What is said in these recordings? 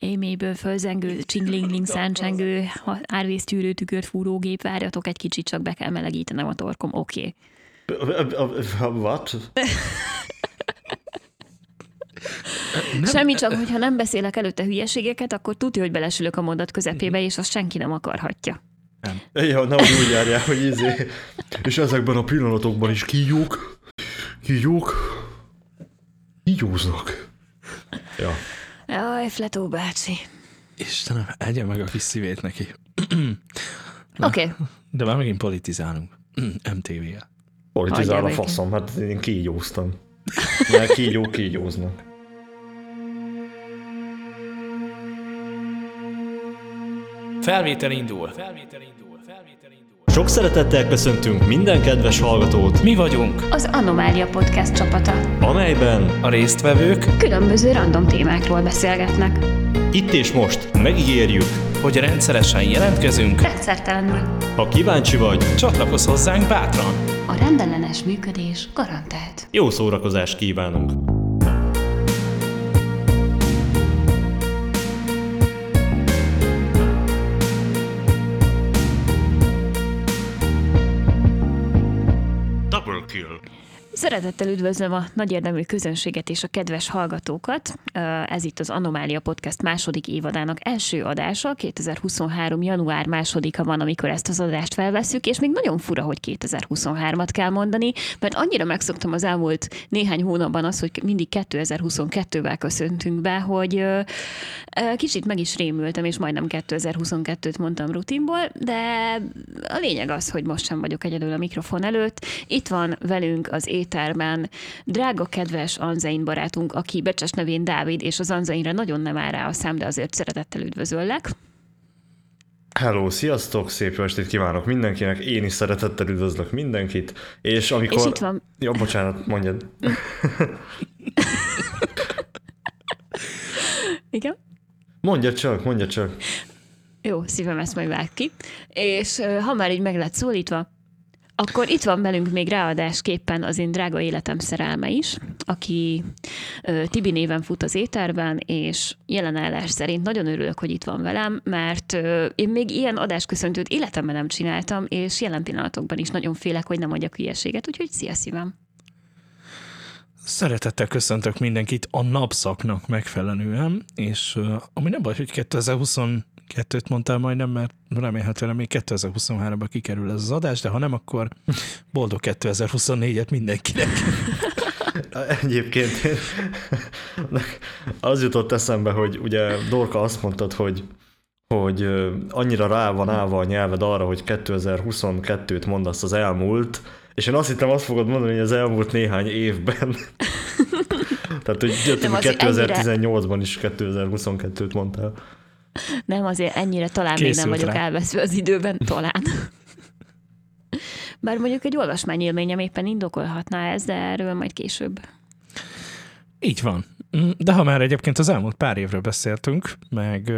éméből fölzengő, csinglingling, száncsengő, árvíztűrő, tükörfúrógép, várjatok egy kicsit, csak be kell melegítenem a torkom, oké. What? Semmi, csak hogyha nem beszélek előtte hülyeségeket, akkor tudja, hogy belesülök a mondat közepébe, és azt senki nem akarhatja. Nem. Ja, nehogy úgy járjál, hogy és ezekben a pillanatokban is kígyóznak. Ja. Jaj, Fletó bácsi. Istenem, egye meg a kis szívét neki. Oké. De már megint politizálunk. MTV-jel. Politizál a faszom, hát én kígyóztam. Mert kígyóznak. Felvétel indul. Sok szeretettel köszöntünk minden kedves hallgatót. Mi vagyunk Az Anomália Podcast csapata, amelyben a résztvevők, különböző random témákról beszélgetnek. itt és most megígérjük, hogy rendszeresen jelentkezünk. Rendszertelenül. ha kíváncsi vagy, Csatlakozz hozzánk bátran. A rendellenes működés garantált. jó szórakozást kívánunk. Double kill. Szeretettel üdvözlöm a nagy érdemű közönséget és a kedves hallgatókat. Ez itt az Anomália Podcast második évadának első adása. 2023. január 2-a van, amikor ezt az adást felvesszük, és még nagyon fura, hogy 2023-at kell mondani, mert annyira megszoktam az elmúlt néhány hónapban az, hogy mindig 2022-vel köszöntünk be, hogy kicsit meg is rémültem, és majdnem 2022-t mondtam rutinból, de a lényeg az, hogy most sem vagyok egyedül a mikrofon előtt. Itt van velünk az éterben drága, kedves Anzein barátunk, aki becses nevén Dávid, és az Anzeinre nagyon nem áll rá a szám, de azért szeretettel üdvözöllek. Hello, sziasztok, szép jó estét kívánok mindenkinek, én is szeretettel üdvözlök mindenkit, és amikor... És itt van... Jó, bocsánat, mondjad. Igen? Mondjad csak. Jó, szívem ezt majd vág ki. És ha már így meg lett szólítva, akkor itt van velünk még ráadásképpen az én drága életem szerelme is, aki Tibi néven fut az éterben, és jelenállás szerint nagyon örülök, hogy itt van velem, mert én még ilyen adásköszöntőt életemben nem csináltam, és jelen pillanatokban is nagyon félek, hogy nem mondjak hülyeséget, úgyhogy szia szívem! Szeretettel köszöntök mindenkit a napszaknak megfelelően, és ami nem baj, hogy 2022-t mondtál majdnem, mert remélhetően még 2023-ban kikerül ez az adás, de ha nem, akkor boldog 2024-et mindenkinek. Egyébként az jutott eszembe, hogy ugye Dorka azt mondtad, hogy annyira rá van állva a nyelved arra, hogy 2022-t mondasz az elmúlt, és én azt hittem, azt fogod mondani, hogy az elmúlt néhány évben. Tehát, hogy 2018-ban is 2022-t mondtál. Nem, azért ennyire talán Készült még nem vagyok rá. elveszve az időben, talán. Bár mondjuk egy olvasmányélményem éppen indokolhatná ez, de erről majd később. Így van. De ha már egyébként az elmúlt pár évről beszéltünk, meg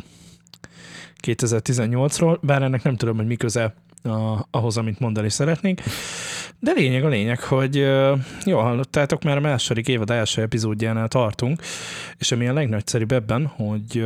2018-ról, bár ennek nem tudom, hogy mi köze ahhoz, amit mondani szeretnénk, de a lényeg, hogy jól hallottátok, már a második évad első epizódjánál tartunk, és ami a legnagyszerűbb ebben, hogy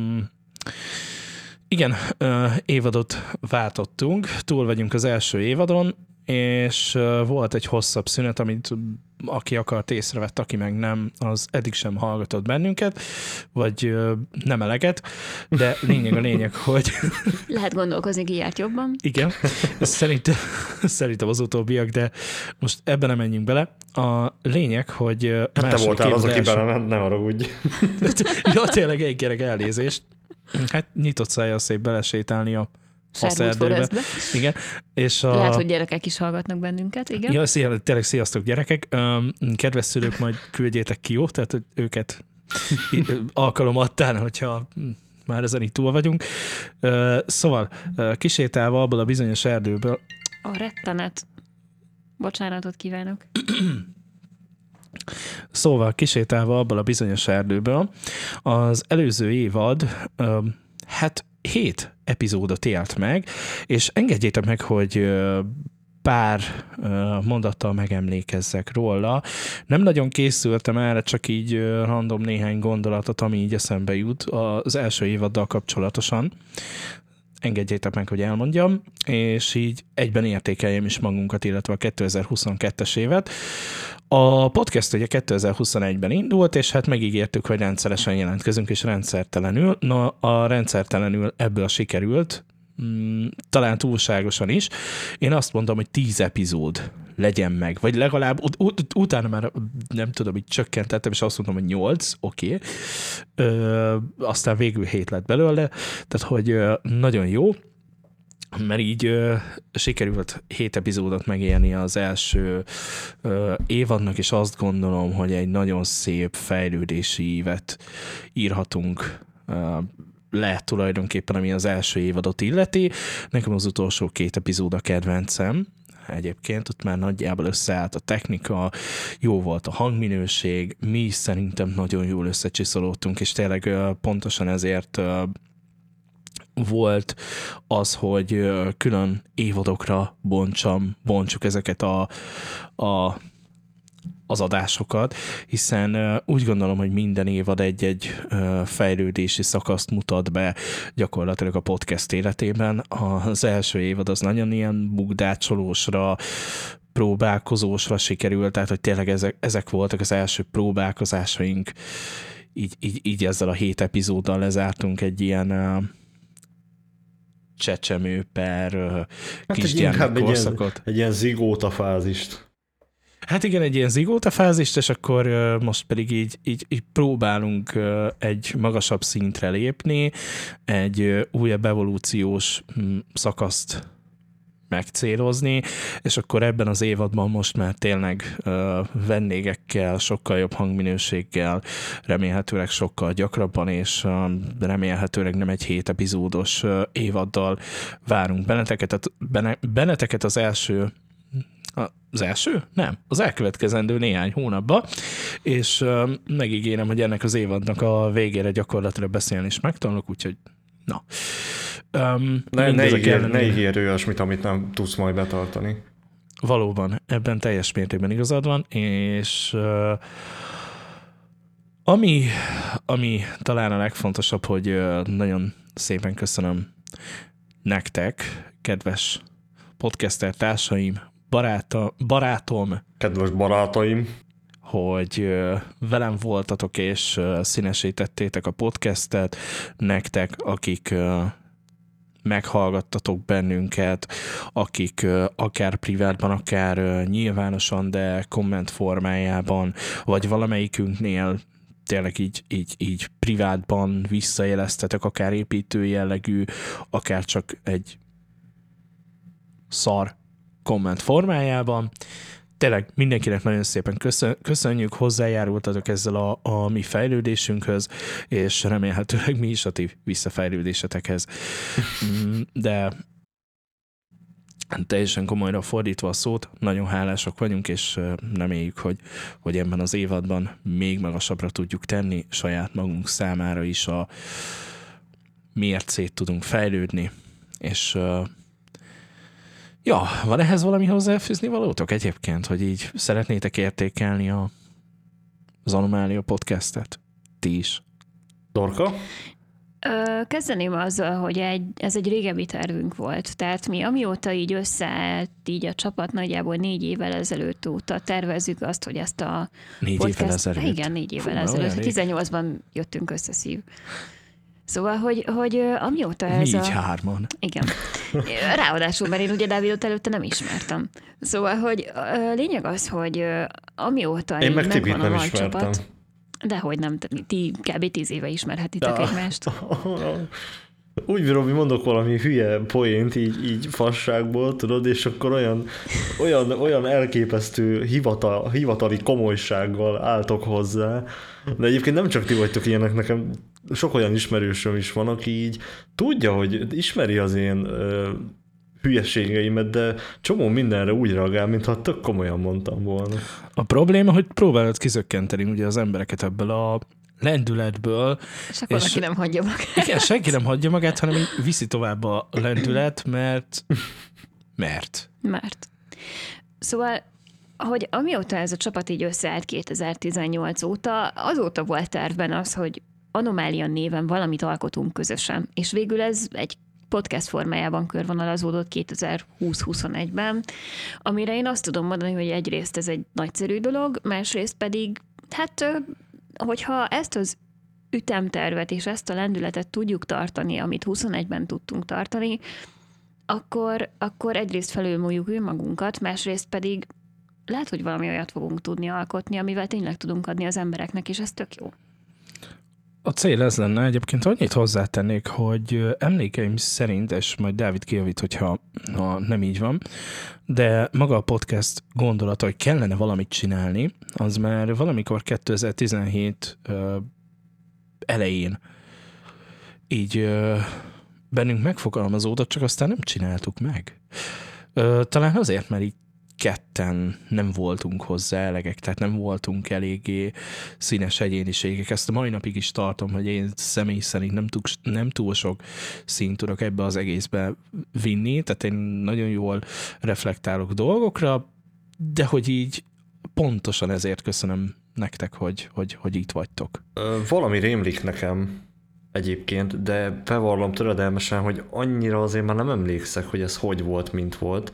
igen, évadot váltottunk, túl vagyunk az első évadon, és volt egy hosszabb szünet, amit aki akart észrevett, aki meg nem, az eddig sem hallgatott bennünket, vagy nem eleget, de a lényeg, hogy... Lehet gondolkozni, ki járt jobban. Igen, szerintem az utóbbiak, de most ebben nem menjünk bele. A lényeg, hogy... Hát te voltál az, aki bele ne haragudj. Ja, tényleg egy gyerek elnézést. Hát nyitott szájjal szép belesétálni a szerdőbe. Igen. És Lehet, hogy gyerekek is hallgatnak bennünket, igen. Ja, tényleg sziasztok gyerekek. Kedves szülők, majd küldjétek ki, jó? Tehát hogy őket alkalomattán, hogyha már ezen itt túl vagyunk. Szóval kisétálva abból a bizonyos erdőből. A rettenet. Bocsánatot kívánok. Szóval kisétálva abból a bizonyos erdőből az előző évad 7 epizódot élt meg, és engedjétek meg, hogy pár mondattal megemlékezzek róla. Nem nagyon készültem erre, csak így random néhány gondolatot, ami így eszembe jut az első évaddal kapcsolatosan. Engedjétek meg, hogy elmondjam, és így egyben értékeljem is magunkat, illetve a 2022-es évet. A podcast ugye 2021-ben indult, és hát megígértük, hogy rendszeresen jelentkezünk, és rendszertelenül. Na, a rendszertelenül ebből sikerült, talán túlságosan is. Én azt mondom, hogy 10 epizód legyen meg, vagy legalább utána már nem tudom, hogy csökkentettem, és azt mondom, hogy 8, oké. Aztán végül 7 lett belőle, tehát hogy nagyon jó, mert így sikerült 7 epizódot megélni az első évadnak, és azt gondolom, hogy egy nagyon szép fejlődési ívet írhatunk le tulajdonképpen, ami az első évadot illeti. Nekem az utolsó 2 epizód a kedvencem. Egyébként ott már nagyjából összeállt a technika, jó volt a hangminőség, mi is szerintem nagyon jól összecsiszolódtunk, és tényleg pontosan ezért volt az, hogy külön évadokra bontsuk ezeket az adásokat, hiszen úgy gondolom, hogy minden évad egy-egy fejlődési szakaszt mutat be gyakorlatilag a podcast életében. Az első évad az nagyon ilyen bugdácsolósra, próbálkozósra sikerült, tehát hogy tényleg ezek voltak az első próbálkozásaink. Így ezzel a 7 epizóddal lezártunk egy ilyen csecsemő per kisgyermek korszakot. Egy ilyen zigóta fázist. Hát igen, egy ilyen zigóta fázist, és akkor most pedig így próbálunk egy magasabb szintre lépni, egy újabb evolúciós szakaszt megcélozni, és akkor ebben az évadban most már tényleg vendégekkel, sokkal jobb hangminőséggel, remélhetőleg sokkal gyakrabban, és remélhetőleg nem egy 7 epizódos évaddal várunk benneteket az első? Nem, az elkövetkezendő néhány hónapban, és megígérem, hogy ennek az évadnak a végére gyakorlatilag beszélni is megtanulok, úgyhogy na. Ne ígérj olyasmit, amit nem tudsz majd betartani. Valóban, ebben teljes mértékben igazad van, és ami talán a legfontosabb, hogy nagyon szépen köszönöm nektek, kedves podcaster társaim, barátom, kedves barátaim, hogy velem voltatok és színesítettétek a podcastet, nektek, akik meghallgattatok bennünket, akik akár privátban, akár nyilvánosan, de komment formájában, vagy valamelyikünknél tényleg így privátban visszajeleztetek, akár építő jellegű, akár csak egy szar komment formájában. Tényleg mindenkinek nagyon szépen köszönjük, hozzájárultatok ezzel a mi fejlődésünkhöz, és remélhetőleg mi is a ti visszafejlődésetekhez. De teljesen komolyra fordítva a szót, nagyon hálásak vagyunk, és reméljük, hogy ebben az évadban még magasabbra tudjuk tenni, saját magunk számára is a mércét tudunk fejlődni, és ja, van ehhez valami hozzáfűzni valótok egyébként, hogy így szeretnétek értékelni az Anomália podcastet? Ti is. Dorka? Kezdeném azzal, hogy ez egy régebbi tervünk volt. Tehát mi amióta így összeállt így a csapat, nagyjából 4 évvel ezelőtt óta tervezzük azt, hogy ezt a 4 podcast... évvel ezelőtt? Igen, 4 évvel ezelőtt. 18-ban jöttünk össze szív. Szóval, hogy amióta ez mi így 3-an. Igen. Ráadásul, mert én ugye Dávidot előtte nem ismertem. Szóval, hogy lényeg az, hogy amióta én meg Tibit megvan nem a ismertem. csapat, dehogy nem, ti kb. 10 éve ismerhetitek egymást. Úgy, Robi, mondok valami hülye poént így fasságból, tudod, és akkor olyan elképesztő hivatali komolysággal álltok hozzá. De egyébként nem csak ti vagytok ilyenek, nekem sok olyan ismerősöm is van, aki így tudja, hogy ismeri az én hülyeségeimet, de csomó mindenre úgy reagál, mintha tök komolyan mondtam volna. A probléma, hogy próbálod kizökkenteni ugye az embereket ebből a lendületből. És akkor aki nem hagyja magát. Igen, senki nem hagyja magát, hanem viszi tovább a lendület, mert. Szóval, hogy amióta ez a csapat így összeállt 2018 óta, azóta volt tervben az, hogy Anomália néven valamit alkotunk közösen. És végül ez egy podcast formájában körvonalazódott 2020-21-ben, amire én azt tudom mondani, hogy egyrészt ez egy nagyszerű dolog, másrészt pedig, hát, hogyha ezt az ütemtervet és ezt a lendületet tudjuk tartani, amit 21-ben tudtunk tartani, akkor egyrészt felülmúljuk önmagunkat, másrészt pedig lehet, hogy valami olyat fogunk tudni alkotni, amivel tényleg tudunk adni az embereknek, és ez tök jó. A cél ez lenne, egyébként annyit hozzátennék, hogy emlékeim szerint, és majd Dávid kijavít, hogyha nem így van, de maga a podcast gondolata, hogy kellene valamit csinálni, az már valamikor 2017 elején így bennünk megfogalmazódott, csak aztán nem csináltuk meg. Talán azért, mert így ketten nem voltunk hozzá elegek, tehát nem voltunk eléggé színes egyéniségek. Ezt a mai napig is tartom, hogy én személy szerint nem túl sok színt tudok ebbe az egészbe vinni, tehát én nagyon jól reflektálok dolgokra, de hogy így pontosan ezért köszönöm nektek, hogy itt vagytok. Valami rémlik nekem egyébként, de bevallom töredelmesen, hogy annyira azért már nem emlékszek, hogy ez hogy volt, mint volt.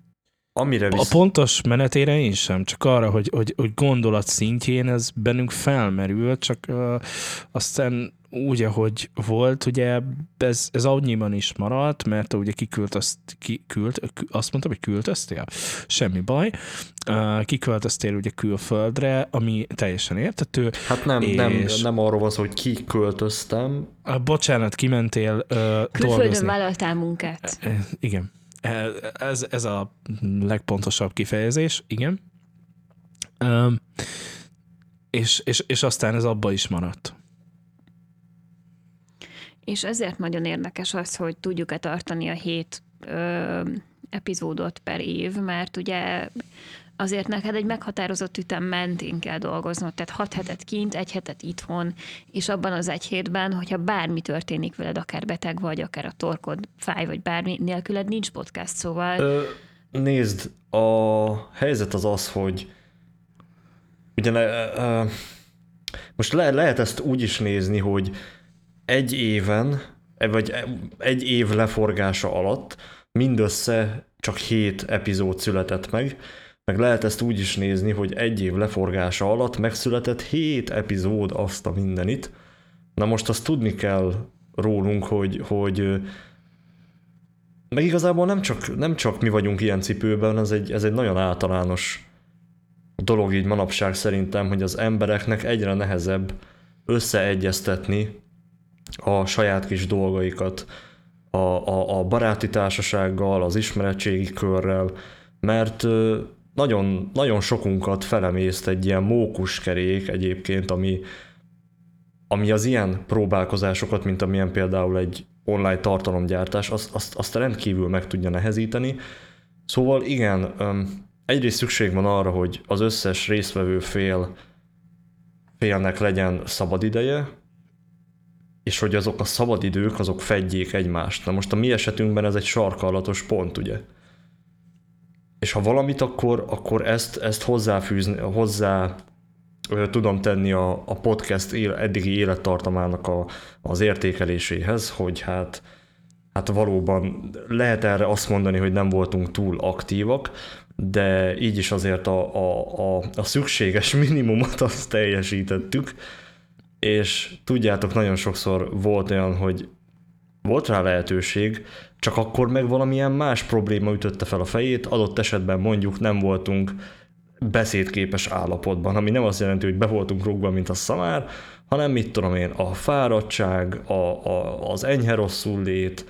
A pontos menetére én sem, csak arra, hogy gondolat szintjén ez bennünk felmerült, csak aztán úgy, ahogy volt, ugye ez annyiban is maradt, mert ugye azt mondtam, hogy kiküldöztél? Semmi baj. Kiköltöztél ugye külföldre, ami teljesen értető. Hát nem arról van szó, hogy kiköltöztem. Bocsánat, kimentél dolgozni. Külföldön vállaltál munkát. Igen. Ez a legpontosabb kifejezés, igen. És aztán ez abba is maradt. És ezért nagyon érdekes az, hogy tudjuk-e tartani a 7 epizódot per év, mert ugye azért neked egy meghatározott ütem mentén kell dolgoznod, tehát 6 hetet kint, 1 hetet itthon, és abban az 1 hétben, hogyha bármi történik veled, akár beteg vagy, akár a torkod fáj, vagy bármi, nélküled nincs podcast, szóval... Nézd, a helyzet az, hogy ugye most lehet ezt úgy is nézni, hogy egy év leforgása alatt mindössze csak 7 epizód született meg lehet ezt úgy is nézni, hogy egy év leforgása alatt megszületett 7 epizód, azt a mindenit. Na most azt tudni kell rólunk, hogy meg igazából nem csak mi vagyunk ilyen cipőben, ez egy nagyon általános dolog így manapság szerintem, hogy az embereknek egyre nehezebb összeegyeztetni a saját kis dolgaikat a baráti társasággal, az ismeretségi körrel, mert nagyon, nagyon sokunkat felemészt egy ilyen mókuskerék egyébként, ami az ilyen próbálkozásokat, mint amilyen például egy online tartalomgyártás, azt rendkívül meg tudja nehezíteni. Szóval igen, egyrészt szükség van arra, hogy az összes résztvevő félnek legyen szabadideje, és hogy azok a szabadidők, azok fedjék egymást. Na most a mi esetünkben ez egy sarkalatos pont, ugye? És ha valamit, akkor ezt hozzá tudom tenni a podcast eddigi élettartamának az értékeléséhez, hogy hát valóban lehet erre azt mondani, hogy nem voltunk túl aktívak, de így is azért a szükséges minimumot azt teljesítettük, és tudjátok, nagyon sokszor volt olyan, hogy volt rá lehetőség, csak akkor meg valamilyen más probléma ütötte fel a fejét, adott esetben mondjuk nem voltunk beszédképes állapotban, ami nem azt jelenti, hogy be voltunk rúgva, mint a szamár, hanem mit tudom én, a fáradtság, az enyhe rosszul lét,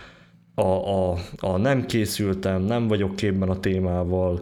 a nem készültem, nem vagyok képben a témával,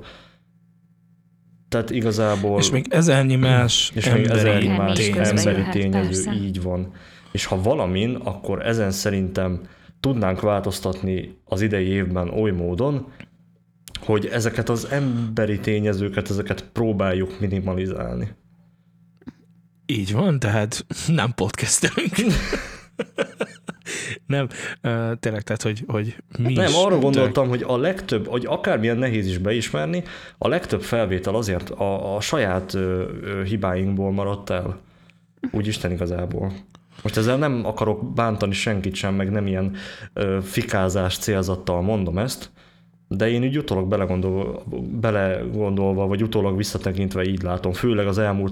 tehát igazából... És még ezernyi más emberi tényező, így van. És ha valamin, akkor ezen szerintem tudnánk változtatni az idei évben oly módon, hogy ezeket az emberi tényezőket, ezeket próbáljuk minimalizálni. Így van, tehát nem podcastelünk. Nem, tényleg, tehát, hogy mi Nem, is... arra gondoltam, hogy a legtöbb, hogy akármilyen nehéz is beismerni, a legtöbb felvétel azért a saját hibáinkból maradt el. Úgy Isten igazából. Most ezzel nem akarok bántani senkit sem, meg nem ilyen fikázás célzattal mondom ezt, de én úgy utólag belegondolva, vagy utólag visszatekintve így látom, főleg az elmúlt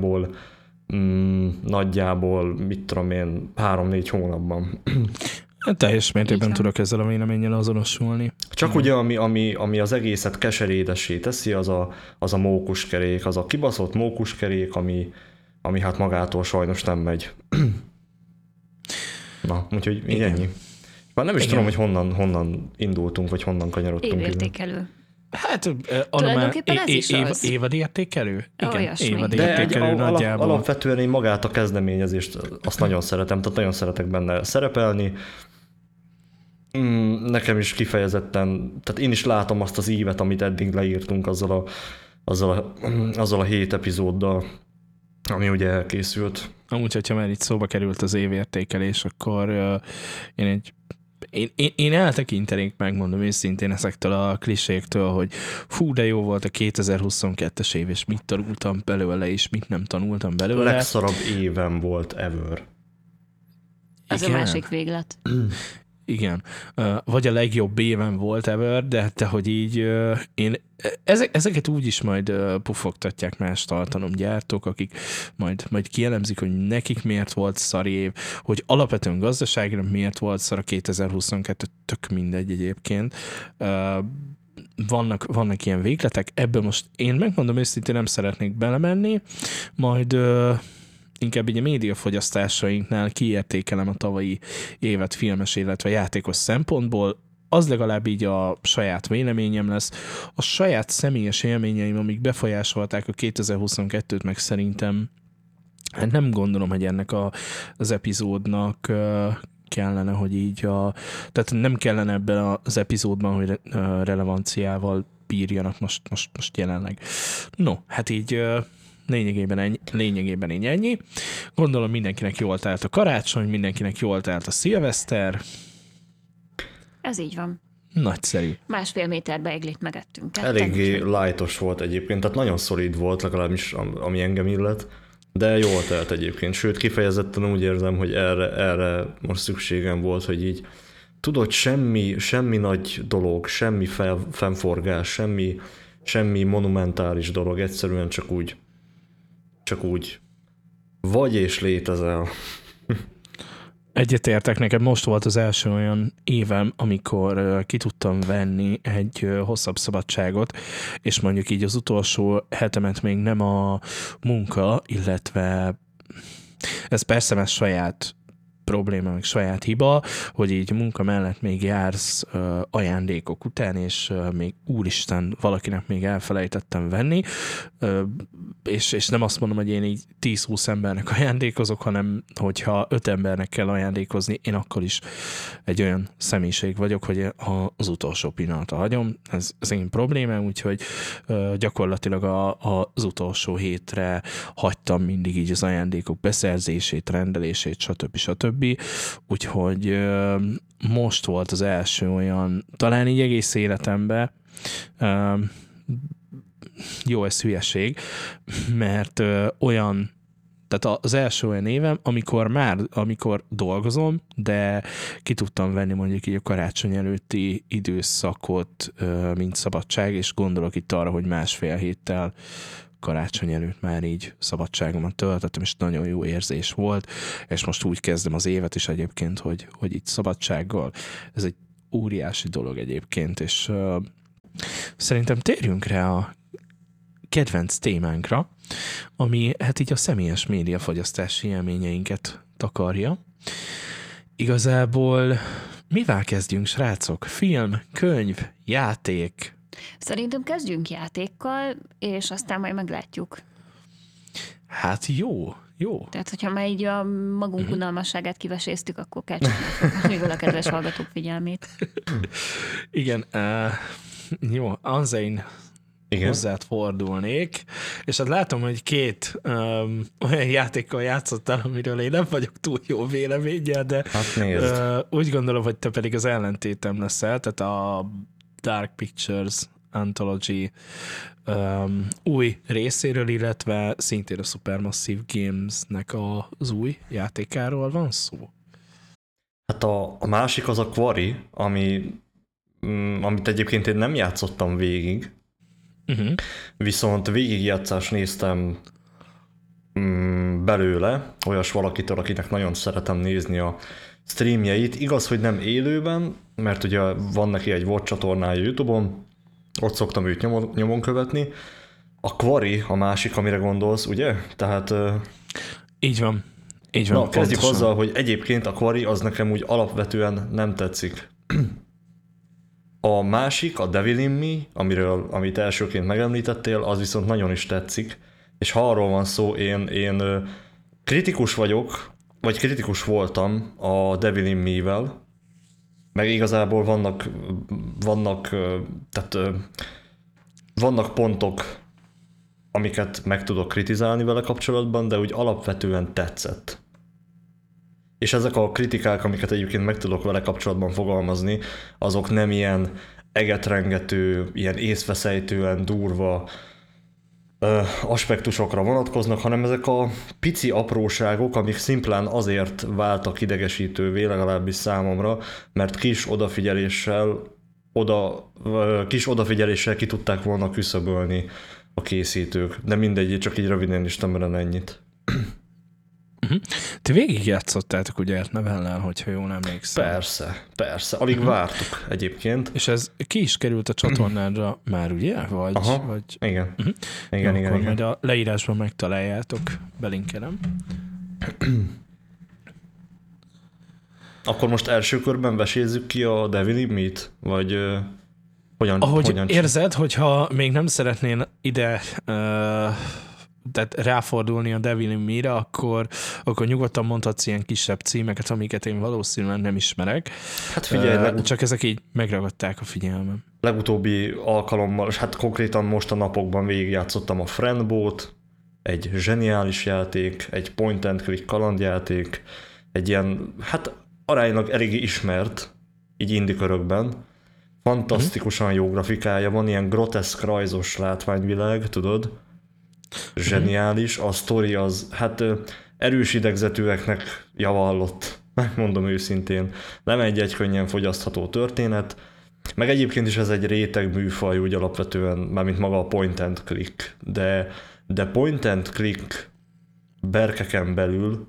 nagyjából, mit tudom én, 3-4 hónapban. Teljes mértékben tudok ezzel a véleménnyel azonosulni. Csak ugye, ami az egészet keserédessé teszi, az a mókuskerék, az a kibaszott mókuskerék, ami hát magától sajnos nem megy. Na, úgyhogy így ennyi. Már nem is tudom, hogy honnan indultunk, vagy honnan kanyarodtunk. Évértékelő. Hát Tulajdonképpen ez is az. Évadértékelő? Igen, Olyasmi. évadértékelő nagyjából. Alapvetően én magát a kezdeményezést azt nagyon szeretem, tehát nagyon szeretek benne szerepelni. Nekem is kifejezetten, tehát én is látom azt az ívet, amit eddig leírtunk azzal a 7 epizóddal, ami ugye elkészült. Amúgy, hogyha már itt szóba került az évértékelés, akkor én eltekintenék, megmondom őszintén ezektől a kliséktől, hogy fú, de jó volt a 2022-es év, és mit tanultam belőle, és mit nem tanultam belőle. Legszarabb évem volt ever. Az Igen. a másik véglet. Igen. Vagy a legjobb éven volt ever, de hogy így én ezeket úgy is majd pufogtatják más tartalomgyártók, akik majd kielemzik, hogy nekik miért volt szar év, hogy alapvetően gazdaságra miért volt szar a 2022, tök mindegy egyébként. Vannak ilyen végletek, ebből most én megmondom őszintén nem szeretnék belemenni, majd inkább így a médiafogyasztásainknál kiértékelem a tavalyi évet filmes, illetve játékos szempontból, az legalább így a saját véleményem lesz. A saját személyes élményeim, amik befolyásolták a 2022-t, meg szerintem hát nem gondolom, hogy ennek az epizódnak kellene, hogy így tehát nem kellene ebben az epizódban, hogy relevanciával bírjanak most jelenleg. No, hát így lényegében így ennyi. Gondolom mindenkinek jól telt a karácsony, mindenkinek jól telt a szilveszter. Ez így van. Nagyszerű. 1,5 méter beiglit megettünk. Eléggé lightos volt egyébként, tehát nagyon szolid volt, legalábbis ami engem illet, de jól telt egyébként. Sőt, kifejezetten úgy érzem, hogy erre most szükségem volt, hogy így tudod, semmi nagy dolog, semmi fennforgás, semmi monumentális dolog, egyszerűen csak úgy vagy és létezel. Egyetértek, nekem most volt az első olyan évem, amikor ki tudtam venni egy hosszabb szabadságot, és mondjuk így az utolsó hetemet még nem a munka, illetve ez persze már saját probléma, meg saját hiba, hogy így munka mellett még jársz ajándékok után, és még úristen, valakinek még elfelejtettem venni, és nem azt mondom, hogy én így 10-20 embernek ajándékozok, hanem hogyha 5 embernek kell ajándékozni, én akkor is egy olyan személyiség vagyok, hogy az utolsó pillanatra hagyom, ez én problémám, úgyhogy gyakorlatilag az utolsó hétre hagytam mindig így az ajándékok beszerzését, rendelését, stb. Úgyhogy most volt az első olyan, talán így egész életemben, jó, ez hülyeség, mert olyan, tehát az első olyan évem, amikor dolgozom, de ki tudtam venni mondjuk így a karácsony előtti időszakot, mint szabadság, és gondolok itt arra, hogy 1,5 héttel karácsony előtt már így szabadságomat töltöttem, és nagyon jó érzés volt, és most úgy kezdem az évet is egyébként, hogy itt szabadsággal. Ez egy óriási dolog egyébként, és szerintem térjünk rá a kedvenc témánkra, ami hát így a személyes médiafogyasztási élményeinket takarja. Igazából mivel kezdjünk, srácok? Film, könyv, játék? Szerintem kezdjünk játékkal, és aztán majd meglátjuk. Hát jó. Tehát, hogyha már így a magunk unalmasságát kiveséztük, akkor kell csak megfogni a kedves hallgatók figyelmét. Igen, jó, Anzein. hozzád fordulnék, és hát látom, hogy két olyan játékkal játszottál, amiről én nem vagyok túl jó véleménnyel, de úgy gondolom, hogy te pedig az ellentétem leszel, tehát a Dark Pictures Anthology új részéről, illetve szintén a Supermassive Games-nek az új játékáról van szó. Hát a másik az a Quarry, amit egyébként én nem játszottam végig, viszont végigjátszást néztem belőle, olyas valakitől, akinek nagyon szeretem nézni a streamjeit. Igaz, hogy nem élőben, mert ugye van neki egy VOD csatornája YouTube-on, ott szoktam őt nyomon követni. A Quarry a másik, amire gondolsz, ugye? Tehát... Így van. Na, kezdjük azzal, hogy egyébként a Quarry az nekem úgy alapvetően nem tetszik. A másik, a Devil in Me, amit elsőként megemlítettél, az viszont nagyon is tetszik. És ha arról van szó, én kritikus vagyok, vagy kritikus voltam a Devil in Me-vel, meg igazából vannak pontok, amiket meg tudok kritizálni vele kapcsolatban, de úgy alapvetően tetszett. És ezek a kritikák, amiket egyébként meg tudok vele kapcsolatban fogalmazni, azok nem ilyen egetrengető, ilyen észveszejtően durva aspektusokra vonatkoznak, hanem ezek a pici apróságok, amik szimplán azért váltak idegesítővé, legalábbis számomra, mert kis odafigyeléssel ki tudták volna küszöbölni a készítők. De mindegy, csak így röviden is tömören ennyit. Te végigjátszottátok ugye Erdnevellel, hogyha jól emlékszem. Persze. Alig vártuk egyébként. És ez ki is került a csatornádra már, ugye? Aha, igen. Igen. Akkor majd a leírásban megtaláljátok, belinkelem. Akkor most első körben vesézzük ki a Devil in Me-t? Vagy hogyan érzed, hogyha még nem szeretnél ide... tehát ráfordulni a Devil in Me-re, akkor nyugodtan mondhatsz ilyen kisebb címeket, amiket én valószínűleg nem ismerek. Hát figyelj, csak ezek így megragadták a figyelmem. Legutóbbi alkalommal, és hát konkrétan most a napokban végigjátszottam a Friendboat, egy zseniális játék, egy point and click kalandjáték, egy ilyen, hát aránylag eléggé ismert, így indie körökben. Fantasztikusan jó grafikája van, ilyen groteszk rajzos látványvilág, tudod? Zseniális, a sztori az, hát erős idegzetűeknek javallott, megmondom őszintén, nem egy könnyen fogyasztható történet, meg egyébként is ez egy réteg műfaj úgy alapvetően, mármint maga a point and click, de point and click berkeken belül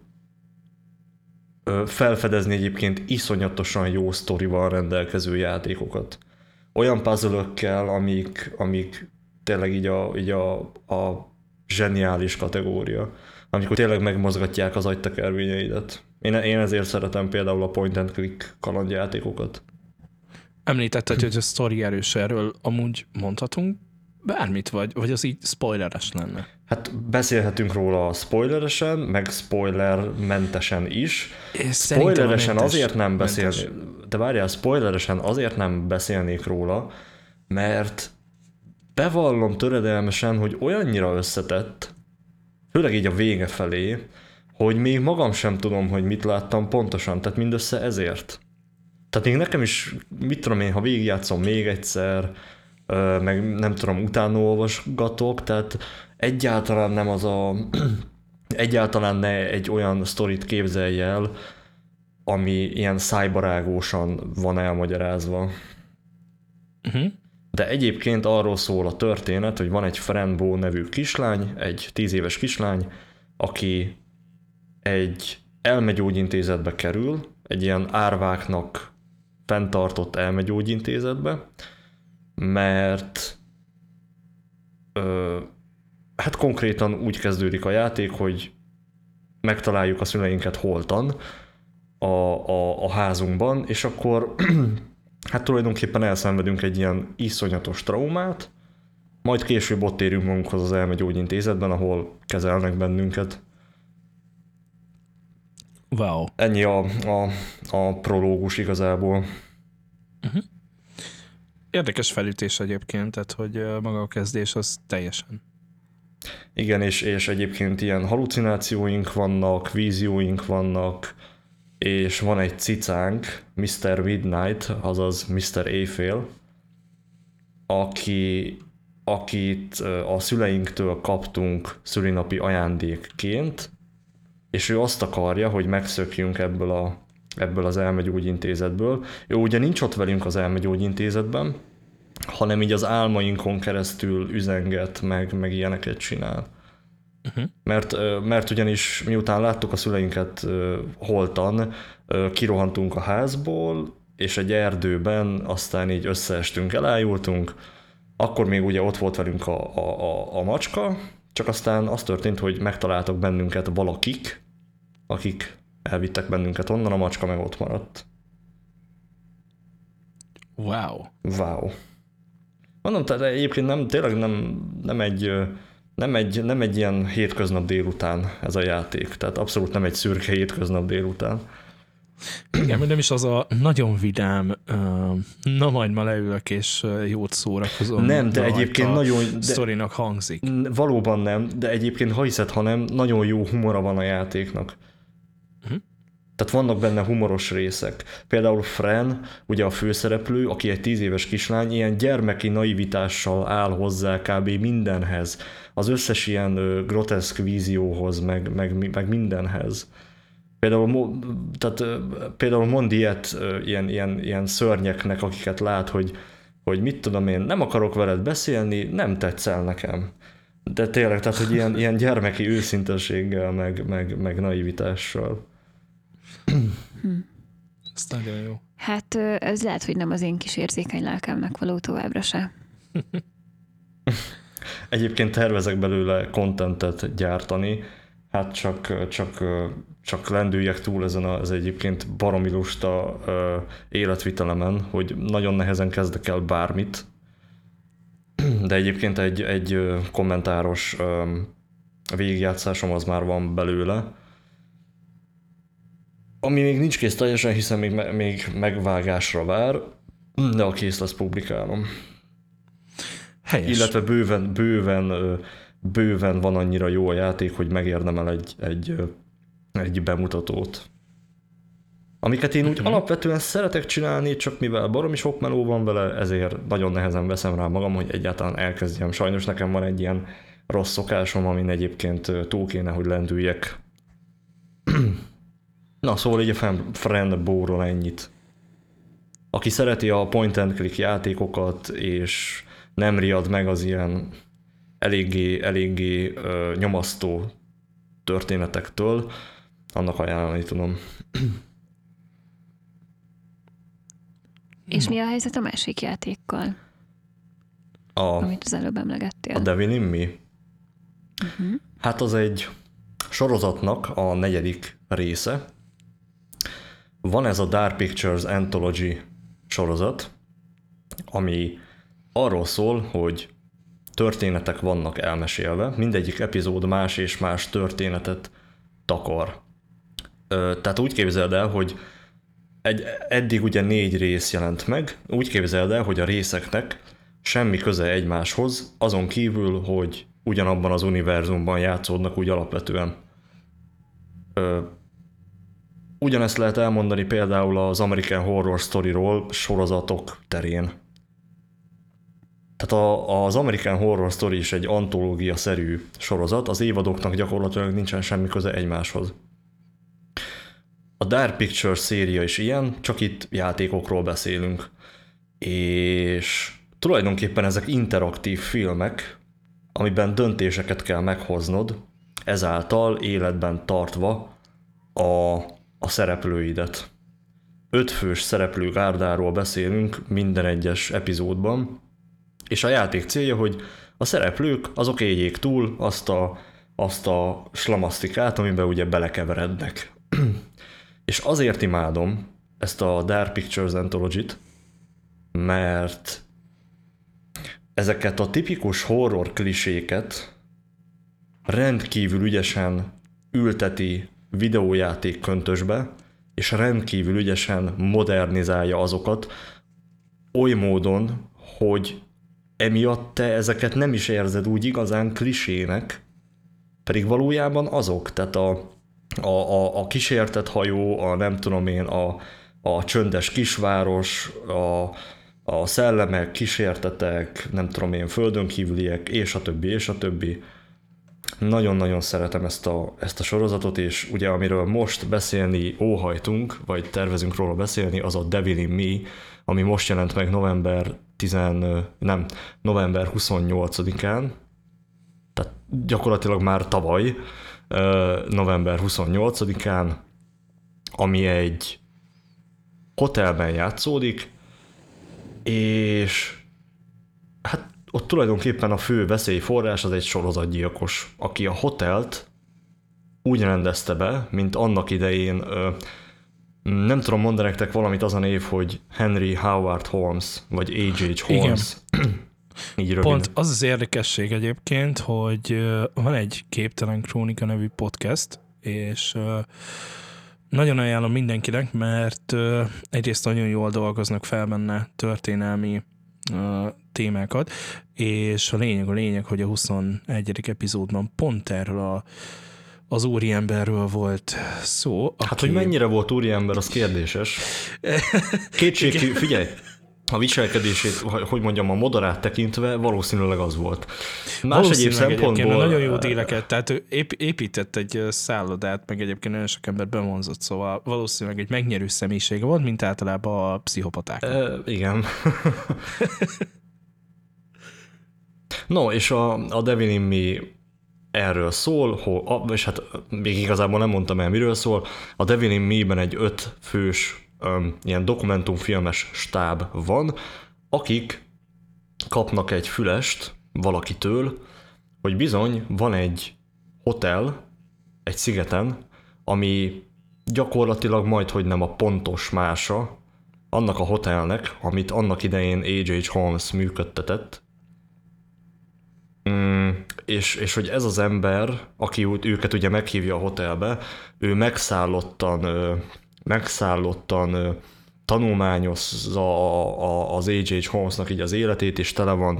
felfedezni egyébként iszonyatosan jó sztorival rendelkező játékokat. Olyan puzzle-ökkel, amik tényleg így a zseniális kategória, amikor tényleg megmozgatják az agytekervényeidet. Én ezért szeretem például a point and click kalandjátékokat. Említetted, hogy a sztori erős, erről amúgy mondhatunk bármit, vagy az így spoileres lenne? Hát beszélhetünk róla spoileresen, meg spoilermentesen is. Spoileresen azért nem beszélnék, de várjál, spoileresen azért nem beszélnék róla, mert bevallom töredelmesen, hogy olyannyira összetett, főleg így a vége felé, hogy még magam sem tudom, hogy mit láttam pontosan, tehát mindössze ezért. Tehát még nekem is, mit tudom én, ha végigjátszom még egyszer, meg nem tudom, utána olvasgatok, tehát egyáltalán nem egyáltalán ne egy olyan sztorit képzelj el, ami ilyen szájbarágósan van elmagyarázva. De egyébként arról szól a történet, hogy van egy Friendboat nevű kislány, egy 10 éves kislány, aki egy elmegyógyintézetbe kerül, egy ilyen árváknak fenntartott elmegyógyintézetbe, mert hát konkrétan úgy kezdődik a játék, hogy megtaláljuk a szüleinket holtan a házunkban, és akkor hát tulajdonképpen elszenvedünk egy ilyen iszonyatos traumát, majd később ott érünk magunkhoz az elmegyógyintézetben, ahol kezelnek bennünket. Wow. Ennyi a prológus igazából. Érdekes felütés egyébként, tehát hogy maga a kezdés az teljesen. Igen, és egyébként ilyen halucinációink vannak, vízióink vannak, és van egy cicánk, Mr. Midnight, azaz Mr. Éjfél, akit a szüleinktől kaptunk szülinapi ajándékként, és ő azt akarja, hogy megszökjünk ebből az elmegyógyintézetből. Ő ugye nincs ott velünk az elmegyógyintézetben, hanem így az álmainkon keresztül üzenget, meg ilyeneket csinál. Uh-huh. Mert ugyanis miután láttuk a szüleinket holtan, kirohantunk a házból, és egy erdőben aztán így összeestünk, elájultunk, akkor még ugye ott volt velünk a macska, csak aztán az történt, hogy megtaláltak bennünket valakik, akik elvittek bennünket onnan, a macska meg ott maradt. Wow. Mondom, tehát egyébként tényleg nem egy ilyen hétköznap délután ez a játék, tehát abszolút nem egy szürke hétköznap délután. Igen, nem is az a nagyon vidám, na majd ma leülök és jót szórakozom. Nem, de egyébként nagyon... sztorinak hangzik. Valóban nem, de egyébként ha hiszed, ha nem, nagyon jó humora van a játéknak. Uh-huh. Tehát vannak benne humoros részek. Például Fran, ugye a főszereplő, aki egy 10 éves kislány, ilyen gyermeki naivitással áll hozzá kb. Mindenhez. Az összes ilyen groteszk vízióhoz, meg mindenhez. Például mond ilyet ilyen szörnyeknek, akiket lát, hogy mit tudom én, nem akarok veled beszélni, nem tetszel nekem. De tényleg, tehát, hogy ilyen gyermeki őszinteséggel, meg naivitással. Ez nagyon jó. Hát ez lehet, hogy nem az én kis érzékeny lelkemnek való továbbra se. Egyébként tervezek belőle contentet gyártani, hát csak lendüljek túl ezen az egyébként baromi lusta életvitelemen, hogy nagyon nehezen kezdek el bármit, de egyébként egy kommentáros végigjátszásom az már van belőle, ami még nincs kész teljesen, hiszen még megvágásra vár, de a kész lesz, publikálom. Helyes. Illetve bőven van annyira jó a játék, hogy megérdemel egy bemutatót. Amiket én úgy alapvetően szeretek csinálni, csak mivel baromi sok meló van vele, ezért nagyon nehezen veszem rá magam, hogy egyáltalán elkezdjem. Sajnos nekem van egy ilyen rossz szokásom, amin egyébként túl kéne, hogy lendüljek. Na, szóval így a Friend Bow-ról ennyit. Aki szereti a point and click játékokat, és nem riad meg az ilyen eléggé nyomasztó történetektől, annak ajánlani tudom. És mi a helyzet a másik játékkal, amit az előbb emlegettél? A Devil in Me? Uh-huh. Hát az egy sorozatnak a 4. része. Van ez a Dark Pictures Anthology sorozat, ami arról szól, hogy történetek vannak elmesélve, mindegyik epizód más és más történetet takar. Tehát úgy képzeld el, hogy eddig ugye 4 rész jelent meg, úgy képzeld el, hogy a részeknek semmi köze egymáshoz, azon kívül, hogy ugyanabban az univerzumban játszódnak úgy alapvetően. Ugyanezt lehet elmondani például az American Horror Story-ról sorozatok terén. Tehát az American Horror Story is egy antológia-szerű sorozat, az évadoknak gyakorlatilag nincsen semmi köze egymáshoz. A Dark Pictures széria is ilyen, csak itt játékokról beszélünk. És tulajdonképpen ezek interaktív filmek, amiben döntéseket kell meghoznod, ezáltal életben tartva a szereplőidet. 5 fős szereplőgárdáról beszélünk minden egyes epizódban, és a játék célja, hogy a szereplők azok éljék túl azt a slamasztikát, amiben ugye belekeverednek. És azért imádom ezt a Dark Pictures Anthology-t, mert ezeket a tipikus horror kliséket rendkívül ügyesen ülteti videójáték köntösbe, és rendkívül ügyesen modernizálja azokat oly módon, hogy emiatt te ezeket nem is érzed úgy igazán klisének, pedig valójában azok, tehát a kísértett hajó, a nem tudom én, a csöndes kisváros, a szellemek, kísértetek, nem tudom én, földön kívüliek, és a többi, és a többi. Nagyon-nagyon szeretem ezt a sorozatot, és ugye amiről most beszélni óhajtunk, vagy tervezünk róla beszélni, az a Devil in Me, ami most jelent meg november 28-án, tehát gyakorlatilag már tavaly, november 28-án, ami egy hotelben játszódik, és hát ott tulajdonképpen a fő veszélyforrás az egy sorozatgyilkos, aki a hotelt úgy rendezte be, mint annak idején, nem tudom mondani nektek valamit, az a név, hogy Henry Howard Holmes, vagy H.H. Holmes. Így röviden. Pont az az érdekesség egyébként, hogy van egy Képtelen Krónika nevű podcast, és nagyon ajánlom mindenkinek, mert egyrészt nagyon jól dolgoznak fel benne történelmi témákat, és a lényeg, hogy a 21. epizódban pont erről az úriemberről volt szó. Hát, hogy mennyire volt úriember, az kérdéses. Kétségkívül, figyelj, a viselkedését, hogy mondjam, a moderát tekintve valószínűleg az volt. Más egyéb szempontból... Nagyon jó díleket, tehát ő épített egy szállodát, meg egyébként nagyon sok ember bevonzott, szóval valószínűleg egy megnyerő személyisége volt, mint általában a pszichopaták. Igen. No, és a Devil in Me erről szól, és hát még igazából nem mondtam el, miről szól. A Devil in Me-ben egy 5 fős ilyen dokumentumfilmes stáb van, akik kapnak egy fülest valakitől, hogy bizony van egy hotel egy szigeten, ami gyakorlatilag majdhogy nem a pontos mása annak a hotelnek, amit annak idején H.H. Holmes működtetett, és hogy ez az ember, aki őket ugye meghívja a hotelbe, ő megszállottan tanulmányozza az H.H. Holmesnak így az életét, és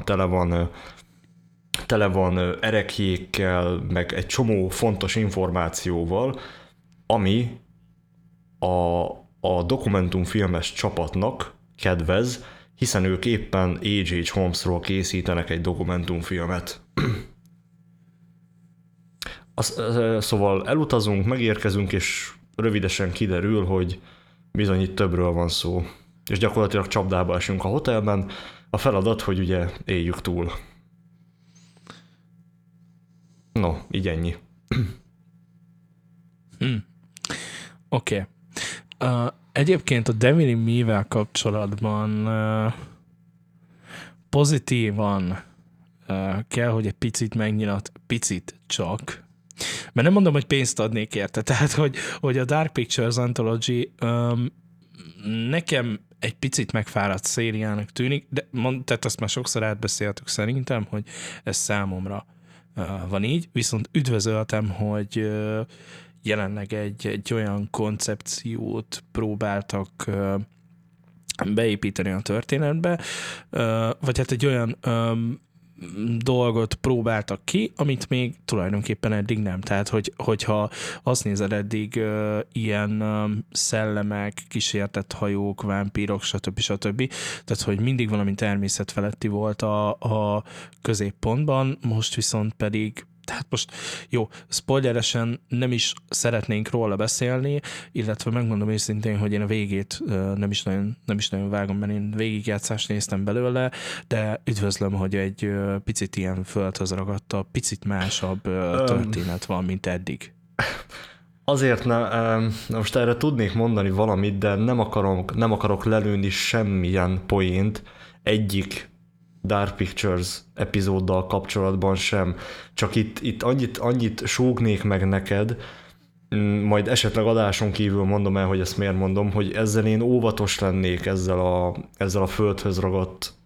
tele van ereklyékkel, meg egy csomó fontos információval, ami a dokumentumfilmes csapatnak kedvez, hiszen ők éppen H.H. Holmesról készítenek egy dokumentumfilmet. Szóval elutazunk, megérkezünk, és rövidesen kiderül, hogy bizony itt többről van szó. És gyakorlatilag csapdába esünk a hotelben. A feladat, hogy ugye éljük túl. No, így ennyi. Oké. Egyébként a Devil in Me-vel kapcsolatban pozitívan kell, hogy egy picit megnyilat, picit csak, mert nem mondom, hogy pénzt adnék érte, tehát hogy a Dark Pictures Anthology nekem egy picit megfáradt szériának tűnik, de tehát azt már sokszor átbeszéltük szerintem, hogy ez számomra van így, viszont üdvözöltem, hogy jelenleg egy olyan koncepciót próbáltak beépíteni a történetbe, vagy hát egy olyan dolgot próbáltak ki, amit még tulajdonképpen eddig nem. Tehát, hogyha azt nézed eddig ilyen szellemek, kísértett hajók, vámpírok, stb. Tehát, hogy mindig valami természetfeletti volt a középpontban, most viszont pedig tehát most jó, spoileresen nem is szeretnénk róla beszélni, illetve megmondom őszintén, hogy én a végét nem is nagyon vágom, mert én végigjátszást néztem belőle, de üdvözlöm, hogy egy picit ilyen földhöz ragadta, picit másabb történet van, mint eddig. Azért most erre tudnék mondani valamit, de nem akarok lelőni semmilyen poént egyik Dark Pictures epizóddal kapcsolatban sem. Csak itt annyit súgnék meg neked, majd esetleg adáson kívül mondom el, hogy ezt miért mondom, hogy ezzel én óvatos lennék ezzel a földhöz ragadt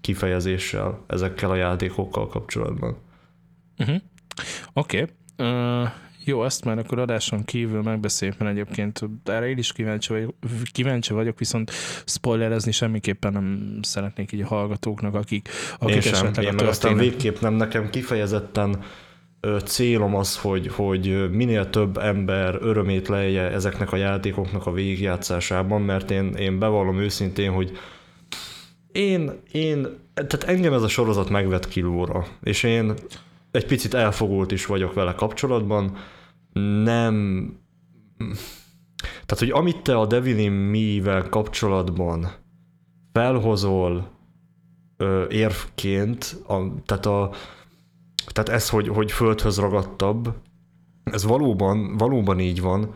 kifejezéssel, ezekkel a játékokkal kapcsolatban. Oké. Jó, ezt már akkor adáson kívül megbeszéljük, mert egyébként erre én is kíváncsi vagyok, viszont spoilerezni semmiképpen nem szeretnék így a hallgatóknak, akik esetleg én a meg aztán történet... végképp nem, nekem kifejezetten célom az, hogy minél több ember örömét lelje ezeknek a játékoknak a végigjátszásában, mert én bevallom őszintén, hogy tehát engem ez a sorozat megvet kilóra, és én egy picit elfogult is vagyok vele kapcsolatban, nem... Tehát, hogy amit te a Devil in Me-vel kapcsolatban felhozol érvként, tehát ez, hogy földhöz ragadtabb, ez valóban így van,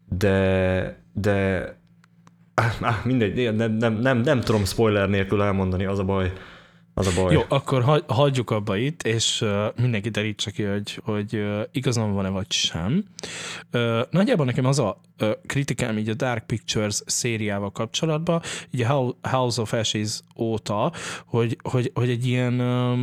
de mindegy, nem tudom spoiler nélkül elmondani, az a baj. Jó, akkor hagyjuk abba itt, és mindenki derítse ki, hogy igazam van-e vagy sem. Nagyjából nekem az a kritikám így a Dark Pictures szériával kapcsolatban, így a House of Ashes óta, hogy egy ilyen,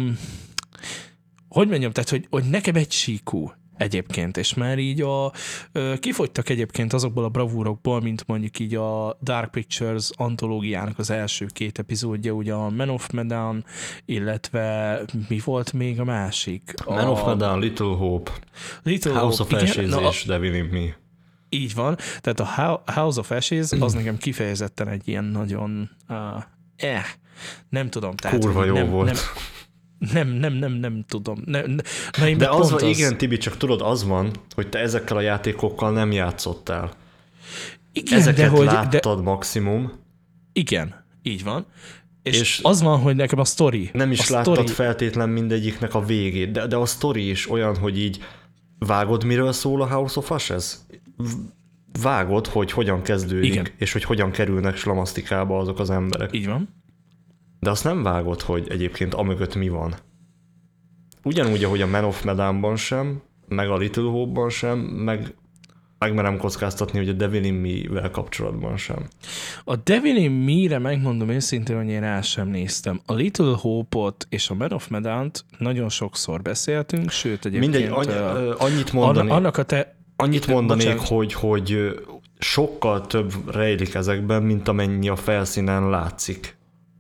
hogy mondjam, tehát hogy nekem egy síkú egyébként, és már így kifogytak egyébként azokból a bravúrokból, mint mondjuk így a Dark Pictures antológiának az első 2 epizódja, ugye a Man of Medan, illetve mi volt még a másik? Man of Medan, Little Hope, House of Ashes és Devil in Me. Így van, tehát a House of Ashes az nekem kifejezetten egy ilyen nagyon nem tudom. Tehát, kurva jó volt. Nem tudom. De igen, Tibi, csak tudod, az van, hogy te ezekkel a játékokkal nem játszottál. Igen, ezeket láttad maximum. Igen, így van. És az van, hogy nekem a sztori... Nem is láttad feltétlen mindegyiknek a végét, de a sztori is olyan, hogy így vágod, miről szól a House of Ashes? Vágod, hogy hogyan kezdődik, igen. És hogy hogyan kerülnek slamasztikába azok az emberek. Így van. De azt nem vágod, hogy egyébként amögött mi van. Ugyanúgy, ahogy a Man of Medanban sem, meg a Little Hope-ban sem, meg merem kockáztatni, hogy a Devil in Me-vel kapcsolatban sem. A Devil in Me-re megmondom őszintén, hogy én rá sem néztem. A Little Hope-ot és a Man of Medan-t nagyon sokszor beszéltünk, sőt egyébként... Mindegy, annyit mondani, annyit mondanék, hogy sokkal több rejlik ezekben, mint amennyi a felszínen látszik.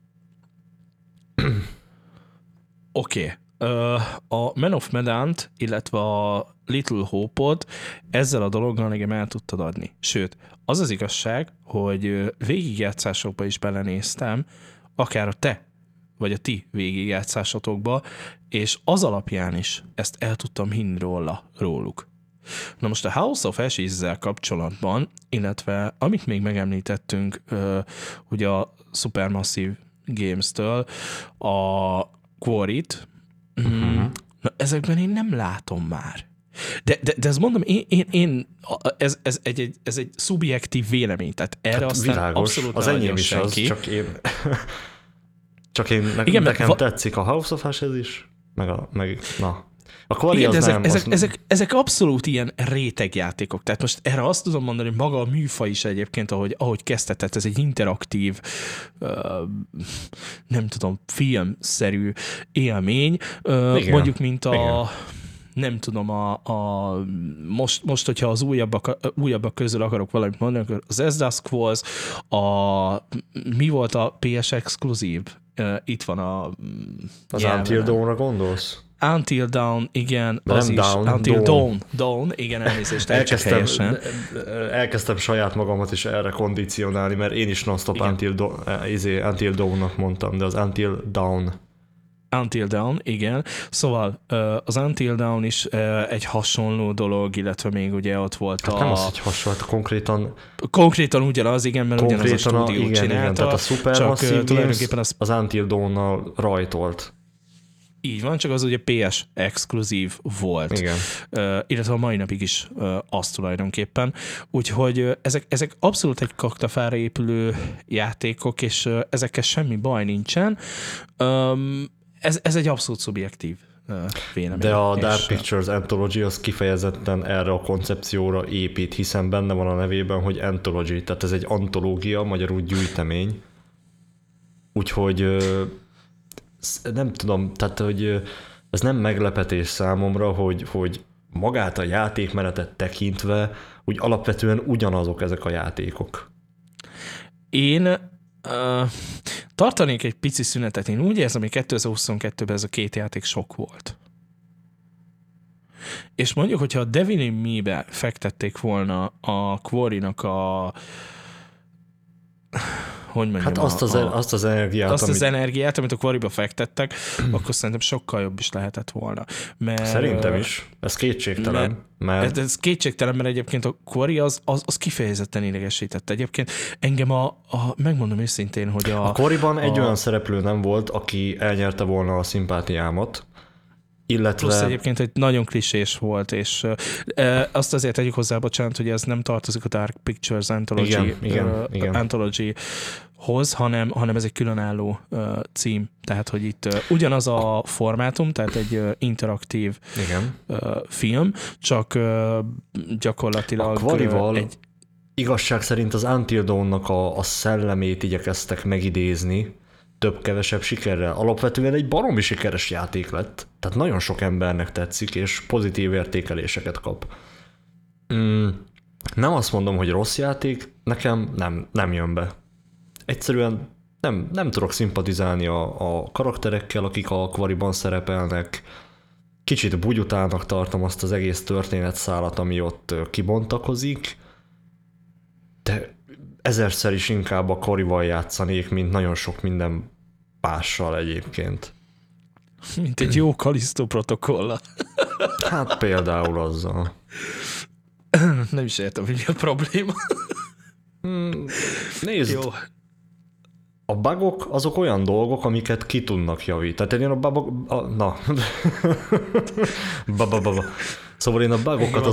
Oké. A Man of Medan-t, illetve a Little Hope-ot ezzel a dologgal nekem el tudtad adni. Sőt, az az igazság, hogy végigjátszásokba is belenéztem, akár a te vagy a ti végigjátszásotokba, és az alapján is ezt el tudtam hinni róluk. Na most a House of Ashes-zel kapcsolatban, illetve amit még megemlítettünk, ugye a Supermassive Games-től, a Quarry-t, na ezekben én nem látom már. De ezt mondom, ez egy szubjektív vélemény, tehát erre hát aztán világos, abszolút az enyém is senki. Az, csak én nekem tetszik a House of Ashes is, a Quarry. Igen, az nem. Ezek abszolút ilyen rétegjátékok. Tehát most erre azt tudom mondani, hogy maga a műfaj is egyébként, ahogy kezdtetett, ez egy interaktív, nem tudom, filmszerű élmény. Mondjuk, mint a... Nem tudom, most, hogyha az újabbak közül akarok valamit mondani, akkor az As Dusk Falls, mi volt a PS exkluzív? Itt van az Until Dawn-ra gondolsz? Until Dawn, igen, de az is. Until Dawn, igen, elnézést, elkezdtem saját magamat is erre kondicionálni, mert én is non-stop Until Dawn-nak mondtam, de az Until Dawn. Until Dawn, igen. Szóval az Until Dawn is egy hasonló dolog, illetve még ugye ott volt nem az, hogy hasonló, konkrétan ugyanaz, igen, mert ugyanaz a stúdió csinálta. Igen, tehát a Supermassive Games az Until Dawn-nal rajtolt. Így van, csak az ugye PS exkluzív volt. Igen. Illetve a mai napig is az tulajdonképpen. Úgyhogy ezek abszolút egy kaktafára épülő játékok, és ezekkel semmi baj nincsen. Ez egy abszolút szubjektív vélemény. De a Dark Pictures Anthology az kifejezetten erre a koncepcióra épít, hiszen benne van a nevében, hogy Anthology, tehát ez egy antológia, magyarul gyűjtemény. Úgyhogy nem tudom, tehát hogy ez nem meglepetés számomra, hogy magát a játékmenetet tekintve úgy alapvetően ugyanazok ezek a játékok. Én tartanék egy pici szünetet. Én úgy érzem, hogy 2022-ben ez a két játék sok volt. És mondjuk, hogyha a Devil in Me-be fektették volna a Quarry-nak hogy mondjam, Hát azt az energiát, az energiát, amit a Quarry-ba fektettek, akkor szerintem sokkal jobb is lehetett volna. Mert, szerintem is. Ez kétségtelen. Ez kétségtelen, mert egyébként a Quarry az kifejezetten idegesített. Egyébként engem megmondom őszintén, hogy a Quarryban egy olyan szereplő nem volt, aki elnyerte volna a szimpátiámat, illetve... Plusz egyébként egy nagyon klisés volt, és azt azért tegyük hozzá, bocsánat, hogy ez nem tartozik a Dark Pictures Anthology-hoz, hanem ez egy különálló cím. Tehát, hogy itt ugyanaz a formátum, tehát egy interaktív film, csak gyakorlatilag... A Quarryval igazság szerint az Until Dawn-nak a szellemét igyekeztek megidézni, több-kevesebb sikerrel. Alapvetően egy baromi sikeres játék lett. Tehát nagyon sok embernek tetszik, és pozitív értékeléseket kap. Nem azt mondom, hogy rossz játék, nekem nem jön be. Egyszerűen nem tudok szimpatizálni a karakterekkel, akik a Quarryban szerepelnek. Kicsit bugyutának tartom azt az egész történetszálat, ami ott kibontakozik, de ezerszer is inkább a Quarryval játszanék, mint nagyon sok minden mással egyébként. Mint egy jó Callisto protokolla. Hát például azzal. Nem is értem, hogy mi a probléma. Nézd, jó. A bugok azok olyan dolgok, amiket ki tudnak javítani. Tehát én Szóval én a bugokat,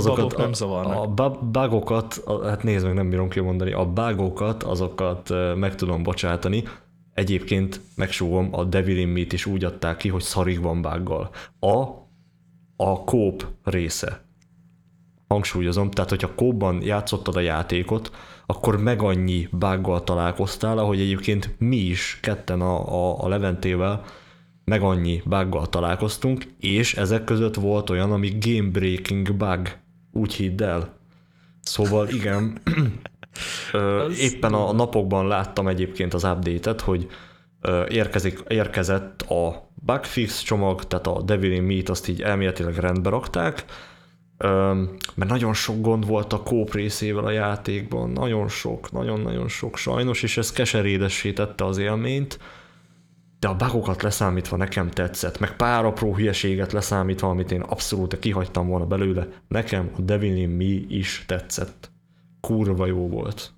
hát nézd meg, nem bírom kimondani, a bugokat, azokat meg tudom bocsátani. Egyébként megsúgom, a Devil in Me-t is úgy adták ki, hogy szarig van buggal. A kóp része. Hangsúlyozom, tehát hogyha kópban játszottad a játékot, akkor meg annyi buggal találkoztál, ahogy egyébként mi is ketten a Leventével meg annyi buggal találkoztunk, és ezek között volt olyan, ami game breaking bug, úgy hidd el. Szóval igen, éppen a napokban láttam egyébként az update-et, hogy érkezett a bugfix csomag, tehát a Devil in Me-t azt így elméletileg rendbe rakták, mert nagyon sok gond volt a kóp részével a játékban, nagyon-nagyon sok sajnos, és ez keserédessé tette az élményt, de a bugokat leszámítva nekem tetszett, meg pár apró hülyeséget leszámítva, amit én abszolút kihagytam volna belőle, nekem a Devil in Me is tetszett. Kurva jó volt.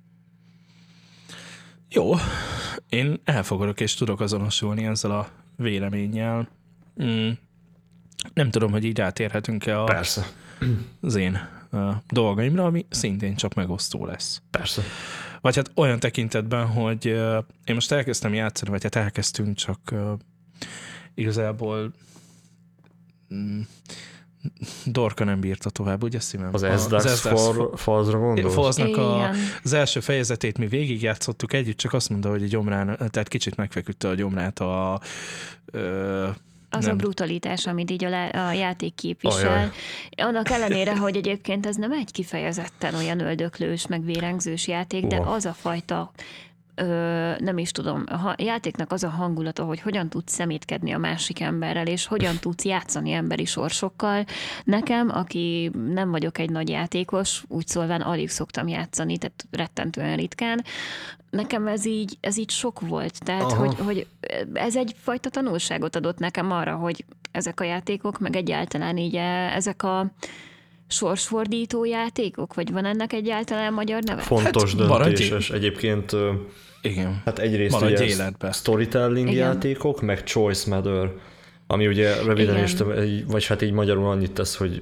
Jó, én elfogadok és tudok azonosulni ezzel a véleménnyel. Nem tudom, hogy így rátérhetünk-e Persze. Az én dolgaimra, ami szintén csak megosztó lesz. Persze. Vagy hát olyan tekintetben, hogy én most elkezdtem játszani, vagy hát elkezdtünk, csak igazából Dorka nem bírta tovább, ugye szívem? Az Esdax Falls-ra gondolsz? Az első fejezetét mi végigjátszottuk együtt, csak azt mondta, hogy a gyomrán, tehát kicsit megfeküdte a gyomrát az a brutalitás, amit így a játék képvisel. Annak ellenére, hogy egyébként ez nem egy kifejezetten olyan öldöklős, meg vérengzős játék, de az a fajta, nem is tudom, a játéknak az a hangulata, hogy hogyan tudsz szemétkedni a másik emberrel, és hogyan tudsz játszani emberi sorsokkal. Nekem, aki nem vagyok egy nagy játékos, úgy szólván alig szoktam játszani, tehát rettentően ritkán, nekem ez így sok volt. Tehát, hogy ez egyfajta tanulságot adott nekem arra, hogy ezek a játékok, meg egyáltalán így ezek a sorsfordító játékok, vagy van ennek egyáltalán magyar neve? Fontos döntéses. Egyébként igen. Hát egyrészt ugye storytelling játékok, meg choice matter, ami ugye röviden is, vagy hát így magyarul annyit tesz, hogy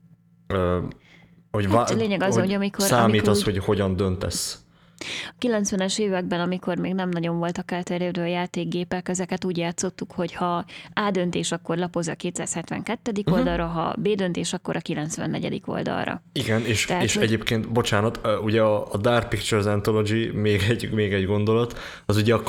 lényeg az, hogy amikor számít hogy hogyan döntesz. A 90-es években, amikor még nem nagyon voltak elterjedő a játékgépek, ezeket úgy játszottuk, hogy ha A döntés, akkor lapoz a 272. oldalra, ha B döntés, akkor a 94. oldalra. Igen, és egyébként, bocsánat, ugye a Dark Pictures Anthology, még egy gondolat, az ugye a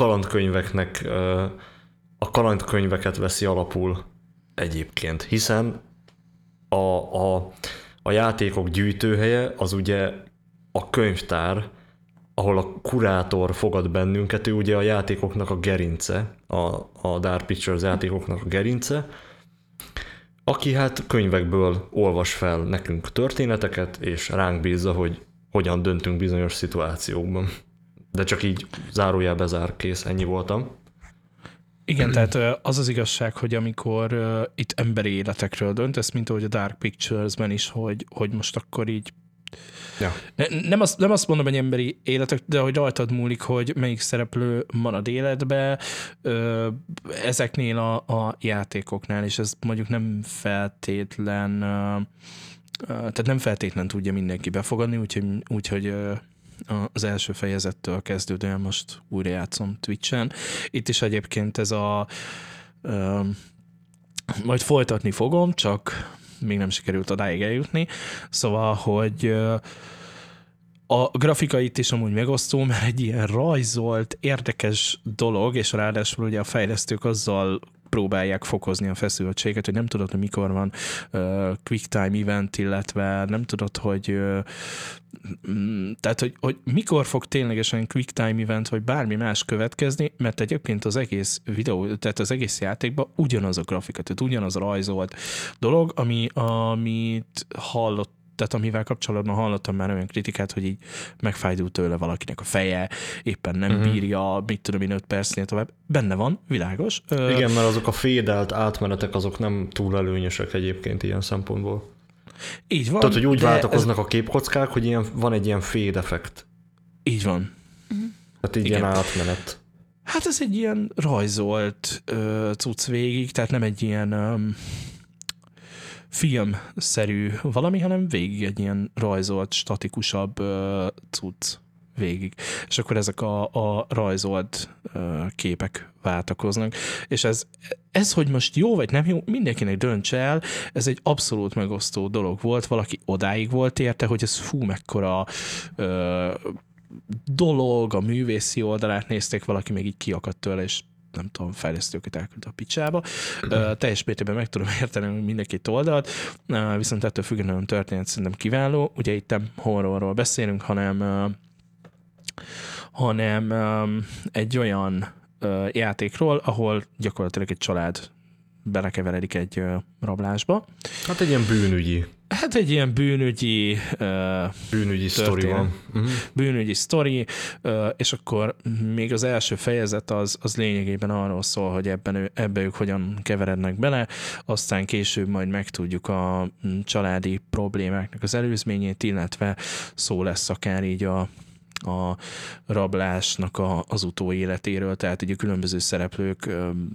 kalandkönyveket veszi alapul egyébként, hiszen a játékok gyűjtőhelye az ugye a könyvtár, ahol a kurátor fogad bennünket, ő ugye a játékoknak a gerince, a Dark Pictures játékoknak a gerince, aki hát könyvekből olvas fel nekünk történeteket, és ránk bízza, hogy hogyan döntünk bizonyos szituációkban. De csak így zárójel bezár, kész, ennyi voltam. Igen, tehát az az igazság, hogy amikor itt emberi életekről döntesz, mint ahogy a Dark Pictures-ben is, hogy most akkor így Ja. Nem azt mondom, hogy emberi életek, de hogy rajtad múlik, hogy melyik szereplő marad életbe ezeknél a játékoknál, és ez mondjuk nem feltétlen tehát nem feltétlen tudja mindenki befogadni, úgyhogy az első fejezettől kezdődően most újra játszom Twitch-en. Itt is egyébként ez majd folytatni fogom, csak még nem sikerült odáig eljutni. Szóval, hogy a grafika itt is amúgy megosztó, mert egy ilyen rajzolt, érdekes dolog, és ráadásul ugye a fejlesztők azzal próbálják fokozni a feszültséget, hogy nem tudod, hogy mikor van quick time event, illetve nem tudod, hogy tehát, hogy mikor fog ténylegesen quick time event, vagy bármi más következni, mert egyébként az egész videó, tehát az egész játékban ugyanaz a grafika, tehát ugyanaz a rajzolt dolog, amit hallott, tehát amivel kapcsolatban hallottam már olyan kritikát, hogy így megfájdult tőle valakinek a feje, éppen nem bírja, mit tudom én, 5 percnél tovább. Benne van, világos. Igen, mert azok a fédelt átmenetek, azok nem túl előnyösek egyébként ilyen szempontból. Így van. Tehát, hogy úgy váltakoznak a képkockák, hogy van egy ilyen fade effekt. Így van. Tehát így ilyen átmenet. Hát ez egy ilyen rajzolt cucc végig, tehát nem egy ilyen filmszerű valami, hanem végig egy ilyen rajzolt, statikusabb cucc végig. És akkor ezek a rajzolt képek váltakoznak. És ez, hogy most jó vagy nem jó, mindenkinek döntse el, ez egy abszolút megosztó dolog volt, valaki odáig volt érte, hogy ez fú, mekkora dolog, a művészi oldalát nézték, valaki még így kiakadt tőle, és nem tudom, fejlesztőket elküldte a picsába. Teljes mértékben meg tudom érteni mindenkit oldalt, viszont ettől függetlenül történet szerintem kiváló. Ugye itt nem horrorról beszélünk, hanem egy olyan játékról, ahol gyakorlatilag egy család belekeveredik egy rablásba. Hát egy ilyen bűnügyi. Hát egy ilyen bűnügyi sztori van. Bűnügyi sztori, és akkor még az első fejezet az lényegében arról szól, hogy ebbe ők hogyan keverednek bele, aztán később majd megtudjuk a családi problémáknak az előzményét, illetve szó lesz akár így a rablásnak az utóéletéről, tehát így a különböző szereplők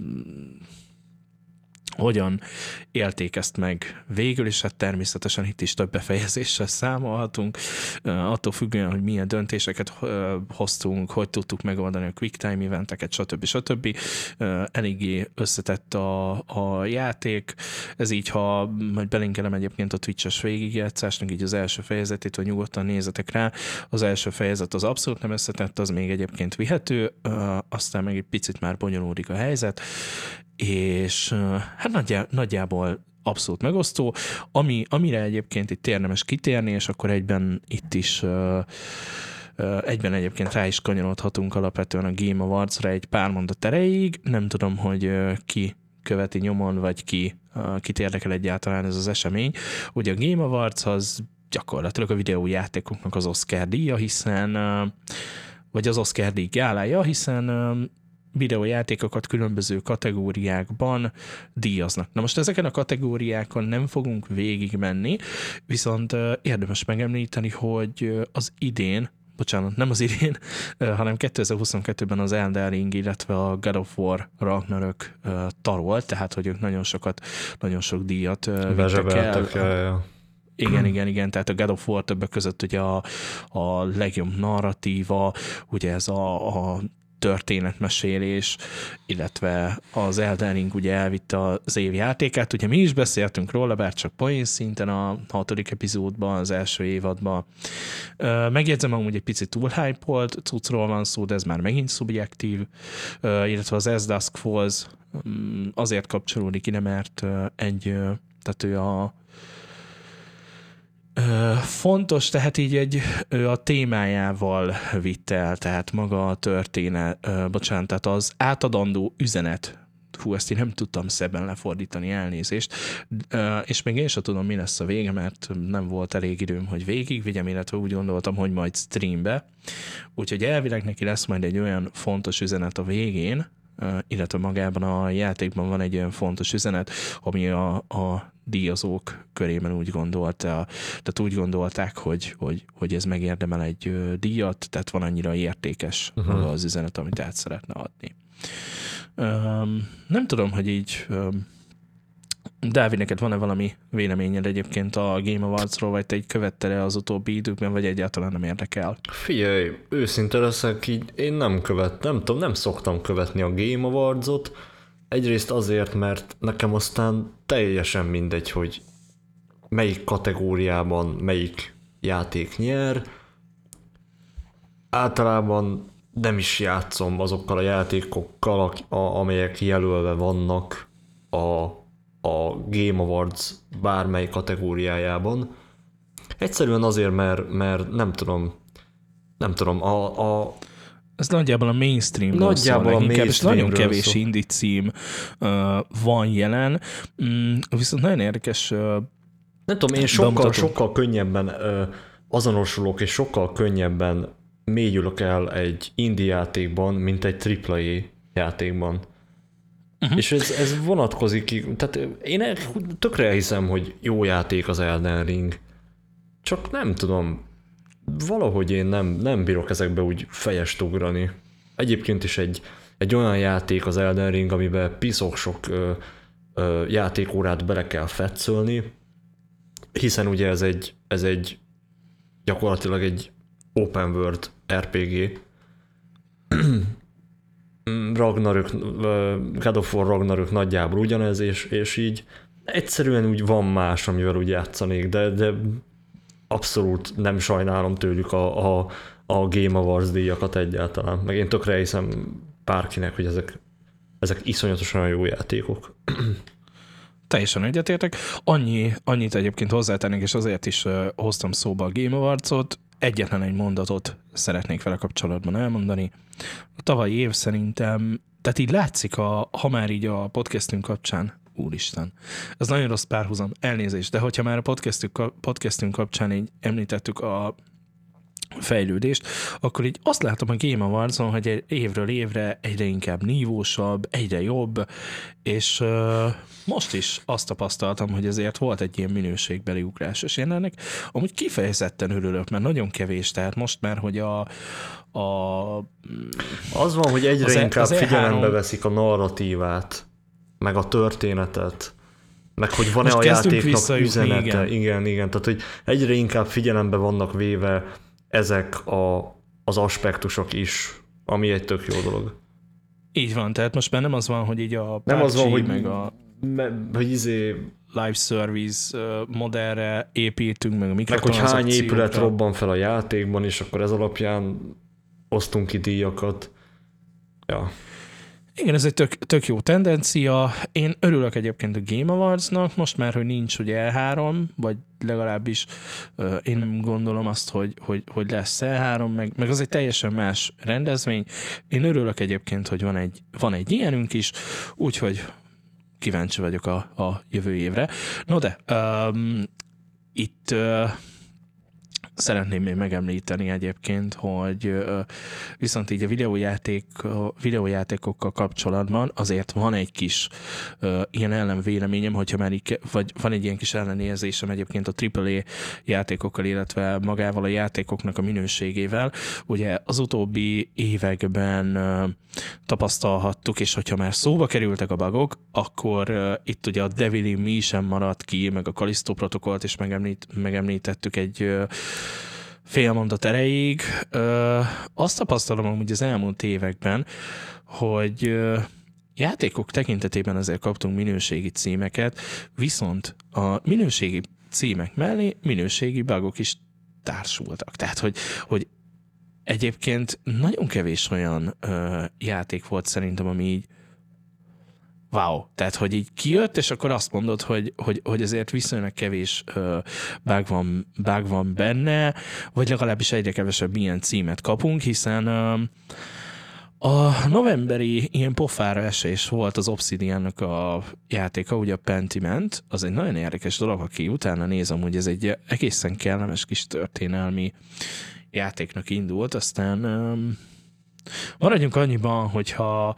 hogyan élték ezt meg végül, és hát természetesen itt is több befejezéssel számolhatunk, attól függően, hogy milyen döntéseket hoztunk, hogy tudtuk megoldani a quick time eventeket, stb. Eléggé összetett a játék, ez így, ha majd belinkelem egyébként a Twitch-es végigjátszásnak így az első fejezetét, hogy nyugodtan nézzetek rá, az első fejezet az abszolút nem összetett, az még egyébként vihető, aztán meg egy picit már bonyolódik a helyzet, és hát nagyjából abszolút megosztó, amire egyébként itt érdemes kitérni, és akkor egyben itt is egyben egyébként rá is kanyarodhatunk alapvetően a Game Awards-ra egy pár mondat erejéig. Nem tudom, hogy ki követi nyomon, vagy kit érdekel egyáltalán ez az esemény. Ugye a Game Awards az gyakorlatilag a videójátékoknak az Oscar díja, vagy az Oscar díj gálája, hiszen videójátékokat különböző kategóriákban díjaznak. Na most ezeken a kategóriákon nem fogunk végigmenni, viszont érdemes megemlíteni, hogy nem az idén, hanem 2022-ben az Elden Ring, illetve a God of War Ragnarök tarolt, tehát hogy ők nagyon sok díjat vittek el. Igen, tehát a God of War többek között ugye a legjobb narratíva, ugye ez a történetmesélés, illetve az Elden Ring ugye elvitte az év játékát. Ugye mi is beszéltünk róla, bár csak poén szinten a 6. epizódban, az első évadban. Megjegyzem, amúgy egy picit túl hype-olt cuccról van szó, de ez már megint szubjektív, illetve az As Dusk Falls azért kapcsolódik ide, mert tehát ő Fontos, tehát így a témájával vitt el, tehát maga a tehát az átadandó üzenet, ezt én nem tudtam szebben lefordítani, elnézést, és még én sem tudom, mi lesz a vége, mert nem volt elég időm, hogy végigvigyem, illetve úgy gondoltam, hogy majd streambe, úgyhogy elvileg neki lesz majd egy olyan fontos üzenet a végén, illetve magában a játékban van egy olyan fontos üzenet, ami a díjazók körében úgy gondolta, tehát úgy gondolták, hogy ez megérdemel egy díjat, tehát van annyira értékes az üzenet, amit át szeretne adni. Nem tudom, hogy így Dávid, neked van-e valami véleményed egyébként a Game Awards-ról, vagy te így követted-e az utóbbi időkben, vagy egyáltalán nem érdekel? Figyelj, őszinte leszek, így én nem szoktam követni a Game Awards-ot. Egyrészt azért, mert nekem aztán teljesen mindegy, hogy melyik kategóriában melyik játék nyer. Általában nem is játszom azokkal a játékokkal, amelyek jelölve vannak a Game Awards bármely kategóriájában. Egyszerűen azért, mert nem tudom, ez nagyjából a mainstream nagyjából a mainstream és nagyon kevés indie cím van jelen, viszont nagyon érdekes nem tudom, én sokkal könnyebben azonosulok, és sokkal könnyebben mélyülök el egy indie játékban, mint egy AAA játékban. És ez vonatkozik, tehát én tökre elhiszem, hogy jó játék az Elden Ring. Csak nem tudom, valahogy én nem bírok ezekbe úgy fejest ugrani. Egyébként is egy olyan játék az Elden Ring, amiben piszok sok játékórát bele kell fetszölni, hiszen ugye ez egy gyakorlatilag egy open world RPG. God of War Ragnarök nagyjából ugyanez, és így egyszerűen úgy van más, amivel úgy játszanék, de abszolút nem sajnálom tőlük a Game Awards díjakat egyáltalán. Meg én tökre hiszem bárkinek, hogy ezek iszonyatosan jó játékok. Teljesen egyetértek. Annyit egyébként hozzátennék, és azért is hoztam szóba a Game Awards-ot. Egyetlen egy mondatot szeretnék vele kapcsolatban elmondani. A tavalyi év szerintem, tehát így látszik, ha már így a podcastünk kapcsán, úristen, ez nagyon rossz párhuzam, elnézést, de hogyha már a podcastünk kapcsán így említettük a fejlődést, akkor így azt látom a Game Awards-on, hogy évről évre egyre inkább nívósabb, egyre jobb, és most is azt tapasztaltam, hogy ezért volt egy ilyen minőségbeli ugrás, és én ennek amúgy kifejezetten örülök, mert nagyon kevés, tehát most már, hogy az van, hogy egyre inkább figyelembe veszik a narratívát, meg a történetet, meg hogy van-e most a játéknak üzenete. Igen, tehát hogy egyre inkább figyelembe vannak véve ezek az aspektusok is, ami egy tök jó dolog. Így van, tehát most már nem az van, hogy így a nem az van, hogy meg a live service modellre építünk, meg a mikrotranszakciókra. Meg hogy hány épület robban fel a játékban, és akkor ez alapján osztunk ki díjakat. Ja. Igen, ez egy tök jó tendencia. Én örülök egyébként a Game Awards-nak, most már, hogy nincs ugye E3, vagy legalábbis én nem gondolom azt, hogy lesz E3, meg az egy teljesen más rendezvény. Én örülök egyébként, hogy van egy ilyenünk is, úgyhogy kíváncsi vagyok a jövő évre. No de, itt szeretném még megemlíteni egyébként, hogy viszont így a videójátékokkal kapcsolatban azért van egy kis ilyen ellenvéleményem, hogyha már így, vagy van egy ilyen kis ellenérzésem egyébként a AAA játékokkal, illetve magával a játékoknak a minőségével. Ugye az utóbbi években tapasztalhattuk, és hogyha már szóba kerültek a bugok, akkor itt ugye a Devil in Me sem maradt ki, meg a Callisto protokollt is megemlítettük egy fél mondat erejéig. Azt tapasztalom amúgy az elmúlt években, hogy játékok tekintetében azért kaptunk minőségi címeket, viszont a minőségi címek mellé minőségi bugok is társultak. Tehát, hogy egyébként nagyon kevés olyan játék volt szerintem, ami így wow. Tehát, hogy így kijött, és akkor azt mondod, hogy azért viszonylag kevés bug van benne, vagy legalábbis egyre kevesebb ilyen címet kapunk, hiszen a novemberi ilyen pofára esés volt az Obsidiannak a játéka, ugye a Pentiment, az egy nagyon érdekes dolog, aki utána nézem, hogy ez egy egészen kellemes kis történelmi játéknak indult, aztán maradjunk annyiban, hogyha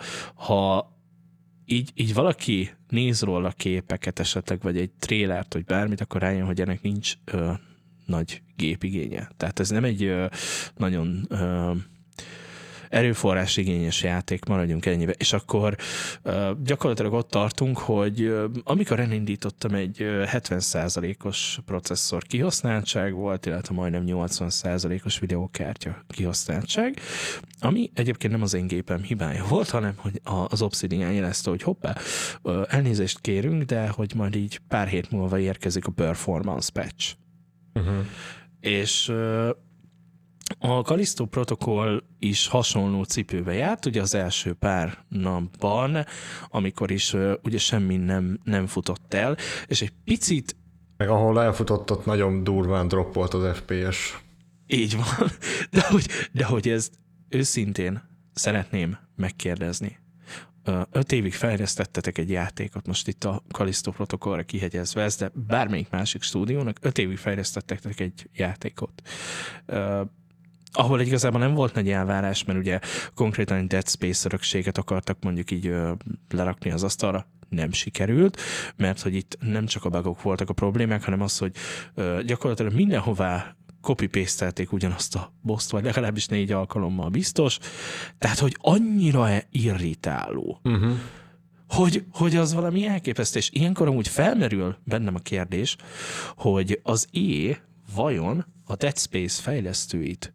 így valaki néz róla képeket esetleg, vagy egy trélert, vagy bármit, akkor rájön, hogy ennek nincs nagy gépigénye. Tehát ez nem egy nagyon erőforrás igényes játék, maradjunk ennyibe. És akkor gyakorlatilag ott tartunk, hogy amikor elindítottam, egy 70%-os processzor kihasználtság volt, illetve majdnem 80%-os videókártya kihasználtság, ami egyébként nem az én gépem hibája volt, hanem hogy az Obsidian jelezte, hogy hoppá, elnézést kérünk, de hogy majd így pár hét múlva érkezik a performance patch. Uh-huh. És a Callisto protokoll is hasonló cipőbe járt, ugye az első pár napban, amikor is ugye semmi nem futott el, és egy picit... Meg ahol elfutott, ott nagyon durván droppolt az FPS. Így van, de hogy ezt őszintén szeretném megkérdezni. 5 évig fejlesztettetek egy játékot, most itt a Callisto protokollra kihegyezve ez, de bármelyik másik stúdiónak 5 évig fejlesztettetek egy játékot. Ahol igazából nem volt nagy elvárás, mert ugye konkrétan egy Dead Space örökséget akartak mondjuk így lerakni az asztalra, nem sikerült, mert hogy itt nem csak a bugok voltak a problémák, hanem az, hogy gyakorlatilag mindenhová copy-pastelték ugyanazt a boszt, vagy legalábbis 4 alkalommal biztos, tehát hogy annyira irritáló, hogy az valami elképesztő, és ilyenkor amúgy felmerül bennem a kérdés, hogy az EA vajon a Dead Space fejlesztőit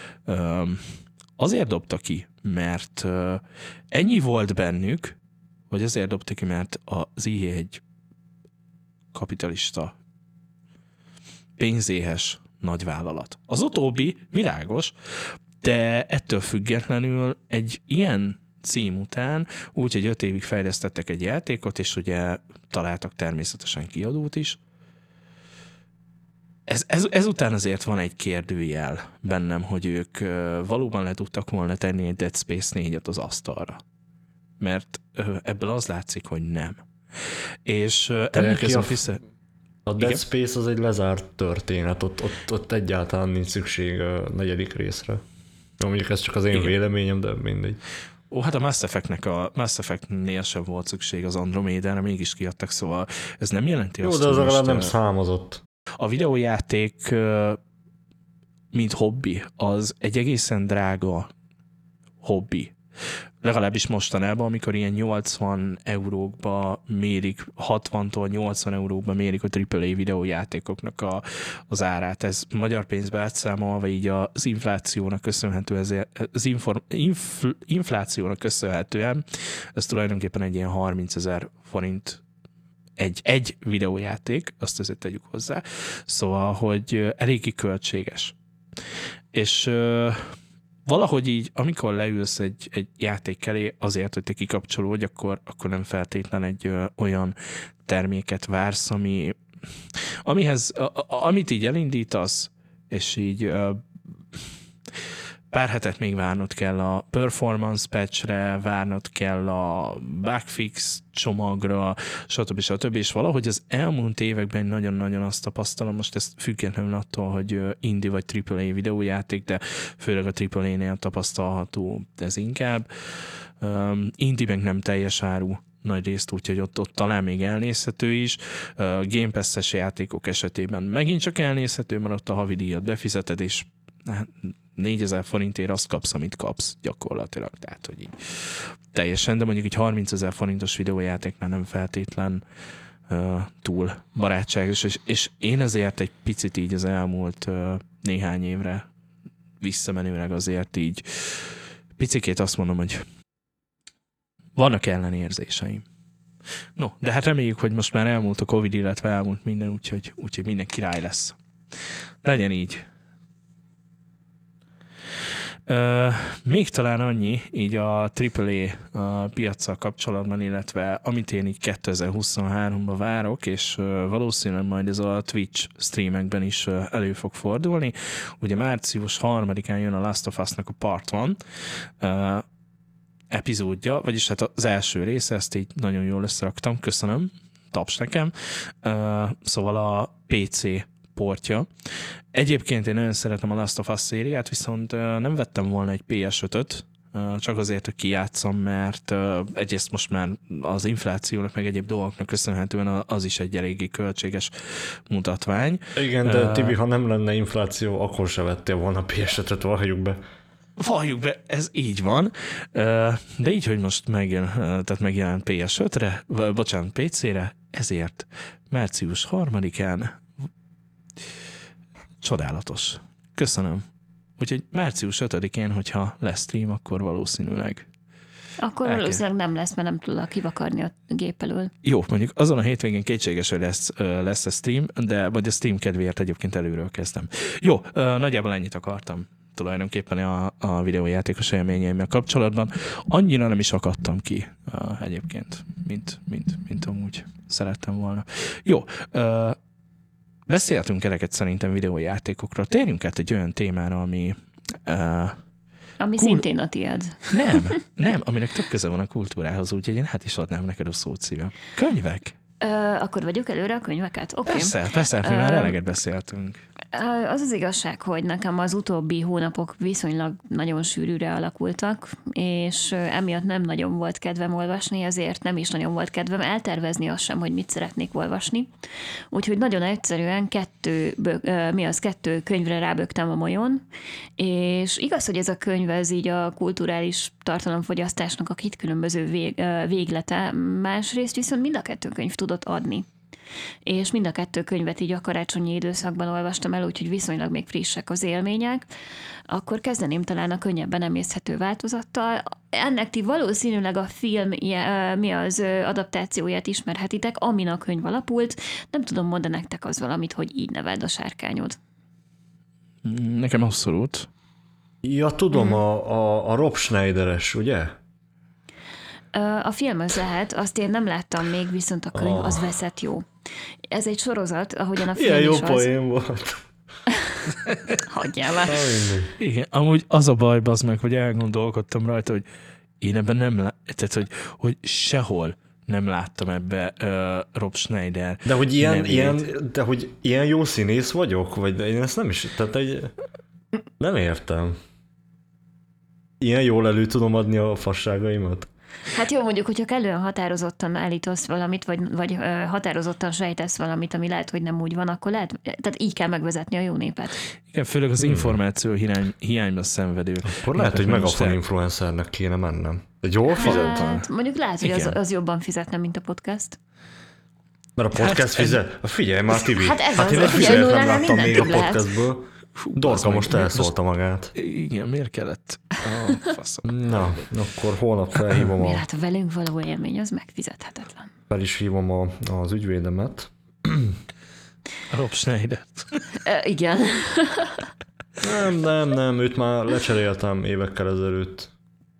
azért dobta ki, mert ennyi volt bennük, vagy azért dobta ki, mert az EA egy kapitalista, pénzéhes nagyvállalat. Az utóbbi világos, de ettől függetlenül egy ilyen cím után, úgyhogy 5 évig fejlesztettek egy játékot, és ugye találtak természetesen kiadót is. Ezután azért van egy kérdőjel bennem, hogy ők valóban le tudtak volna tenni egy Dead Space 4-et az asztalra. Mert ebből az látszik, hogy nem. És emlékezem vissza... A Dead Space az egy lezárt történet, ott egyáltalán nincs szükség a 4. részre. Mondjuk ez csak az én véleményem, de mindegy. Ó, hát a Mass Effect-nél sem volt szükség az Andromédára, mégis kiadtak, szóval ez nem jelenti azt, hogy... Jó, de az legalább nem számozott. A videójáték, mint hobbi, az egy egészen drága hobbi. Legalábbis mostanában, amikor ilyen 80 eurókba mérik, 60-tól 80 eurókba mérik a AAA videójátékoknak az árát. Ez magyar pénzbe átszámolva így az inflációnak köszönhető, inflációnak köszönhetően, ez tulajdonképpen egy ilyen 30 000 forint egy videójáték, azt azért tegyük hozzá. Szóval, hogy eléggé költséges. És valahogy így, amikor leülsz egy játék elé azért, hogy te kikapcsolódj, akkor nem feltétlen egy olyan terméket vársz, amit így elindítasz, és így pár hetet még várnod kell a performance patchre, várnod kell a bugfix csomagra, stb. És valahogy az elmúlt években nagyon-nagyon azt tapasztalom, most ezt függetlenül attól, hogy indie vagy AAA videójáték, de főleg a AAA-nél tapasztalható ez inkább. Indie meg nem teljes áru nagy részt, úgyhogy ott talán még elnézhető is. Game Pass-es játékok esetében megint csak elnézhető, mert ott a havidíjat befizeted, és 4000 forintért azt kapsz, amit kapsz gyakorlatilag. Tehát, hogy így teljesen, de mondjuk egy 30 000 forintos videójátéknál nem feltétlen túl barátságos, és én ezért egy picit így az elmúlt néhány évre visszamenőleg azért így picikét azt mondom, hogy vannak ellenérzéseim. No, de hát reméljük, hogy most már elmúlt a Covid, illetve elmúlt minden, úgyhogy minden király lesz. Legyen így. Még talán annyi, így a AAA piaccal kapcsolatban, illetve amit én így 2023-ban várok, és valószínűleg majd ez a Twitch streamekben is elő fog fordulni. Ugye március 3-án jön a Last of Us-nak a Part 1 epizódja, vagyis hát az első része, ezt így nagyon jól összeraktam, köszönöm, taps nekem. Szóval a PC portja. Egyébként én nagyon szeretem a Last of Us szériát, viszont nem vettem volna egy PS5-öt, csak azért, hogy kijátszom, mert egyrészt most már az inflációnak, meg egyéb dolgoknak köszönhetően az is egy eléggé költséges mutatvány. Igen, de Tibi, ha nem lenne infláció, akkor se vettél volna PS5-öt, valljuk be. Valljuk be, ez így van, de így, hogy most megjelent PS5-re, bocsánat, PC-re, ezért március 3-án csodálatos. Köszönöm. Úgyhogy március 5-én, hogyha lesz stream, akkor valószínűleg. Akkor valószínűleg nem lesz, mert nem tudok kivakarni a gép elől. Jó, mondjuk azon a hétvégén kétséges, hogy lesz a stream, de vagy a stream kedvéért egyébként előről kezdem. Jó, nagyjából ennyit akartam tulajdonképpen a videójátékos élményeimmel kapcsolatban. Annyira nem is akadtam ki egyébként, mint amúgy szerettem volna. Jó, beszéltünk eleket szerintem videójátékokról. Térjünk át egy olyan témára, ami... Ami szintén a tiéd. Nem, aminek több köze van a kultúrához, úgyhogy én hát is adnám neked a szót szívem. Könyvek? Akkor vagyok előre a könyveket? Okay. Persze, mi már eleget beszéltünk. Az az igazság, hogy nekem az utóbbi hónapok viszonylag nagyon sűrűre alakultak, és emiatt nem nagyon volt kedvem olvasni, ezért nem is nagyon volt kedvem eltervezni azt sem, hogy mit szeretnék olvasni. Úgyhogy nagyon egyszerűen kettő könyvre rábögtem a molyon, és igaz, hogy ez a könyv, ez így a kulturális tartalomfogyasztásnak a két különböző véglete, másrészt viszont mind a kettő könyv tudott adni. És mind a kettő könyvet így a karácsonyi időszakban olvastam el, úgyhogy viszonylag még frissek az élmények. Akkor kezdeném talán a könnyebben emészthető változattal. Ennek ti valószínűleg a film adaptációját ismerhetitek, amin a könyv alapult. Nem tudom, mondd nektek az valamit, hogy így neveld a sárkányod. Nekem abszolút. Ja, tudom, a Rob Schneideres, ugye? A film az lehet, azt én nem láttam még, viszont a könyv az veszett jó. Ez egy sorozat, ahogyan a film ilyen is jó az. poén volt. Hagyjál már. Igen, amúgy az a baj, bazd meg, hogy elgondolkodtam rajta, hogy én ebben nem tehát, hogy sehol nem láttam ebbe Rob Schneider. De hogy ilyen jó színész vagyok? Vagy én ezt nem is, tehát nem értem. Ilyen jól elő tudom adni a fasságaimat? Hát jó, mondjuk, hogyha kellően határozottan állítasz valamit, vagy határozottan sejtesz valamit, ami lehet, hogy nem úgy van, akkor lehet, tehát így kell megvezetni a jó népet. Igen, főleg az információ hiányba szenvedő. Akkor lehet, hogy megafon influencernek kéne mennem. De jól fizet? Hát, mondjuk lehet, hogy az jobban fizetne, mint a podcast. Mert a podcast fizet? Figyelj már, Tibi. Hát én egy figyelmet nem láttam még a podcastből. Dorka most elszólta magát. Igen, miért kellett? Na, akkor holnap felhívom Hát a velünk való élmény, az megfizethetetlen. Fel is hívom az ügyvédemet. Rob Schneider. Igen. Nem, őt már lecseréltem évekkel ezelőtt.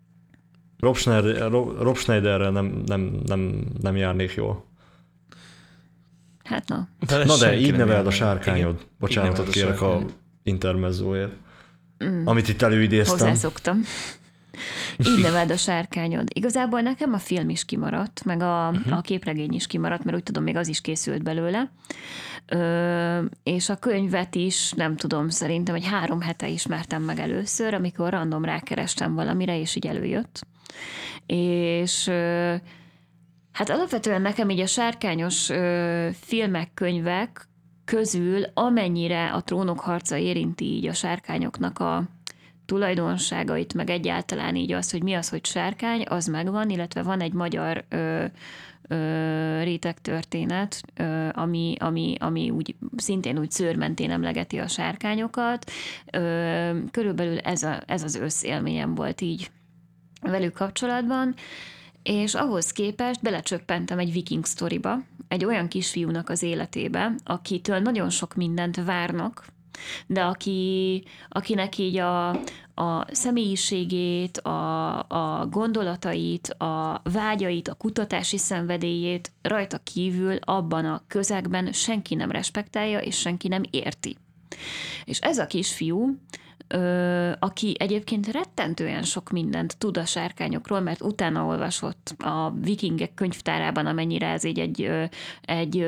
Rob Schneiderrel nem járnék jól. Hát na. Na de így neveld a sárkányod. Bocsánatot kérek a intermezzóért. Amit itt előidéztem. Hozzászoktam. Így neveld a sárkányod. Igazából nekem a film is kimaradt, meg a képregény is kimaradt, mert úgy tudom, még az is készült belőle. És a könyvet is, nem tudom, szerintem egy 3 hete ismertem meg először, amikor random rákerestem valamire, és így előjött. És hát alapvetően nekem így a sárkányos filmek, könyvek közül, amennyire a Trónok harca érinti így a sárkányoknak a tulajdonságait, meg egyáltalán így az, hogy mi az, hogy sárkány, az megvan, illetve van egy magyar rétegtörténet, ami úgy, szintén úgy szőr mentén emlegeti a sárkányokat. Körülbelül ez az összélményem volt így velük kapcsolatban, és ahhoz képest belecsöppentem egy viking sztoriba, egy olyan kisfiúnak az életébe, akitől nagyon sok mindent várnak, De akinek így a személyiségét, a gondolatait, a vágyait, a kutatási szenvedélyét rajta kívül abban a közegben senki nem respektálja, és senki nem érti. És ez a kisfiú, aki egyébként rettentően sok mindent tud a sárkányokról, mert utána olvasott a vikingek könyvtárában, amennyire ez így egy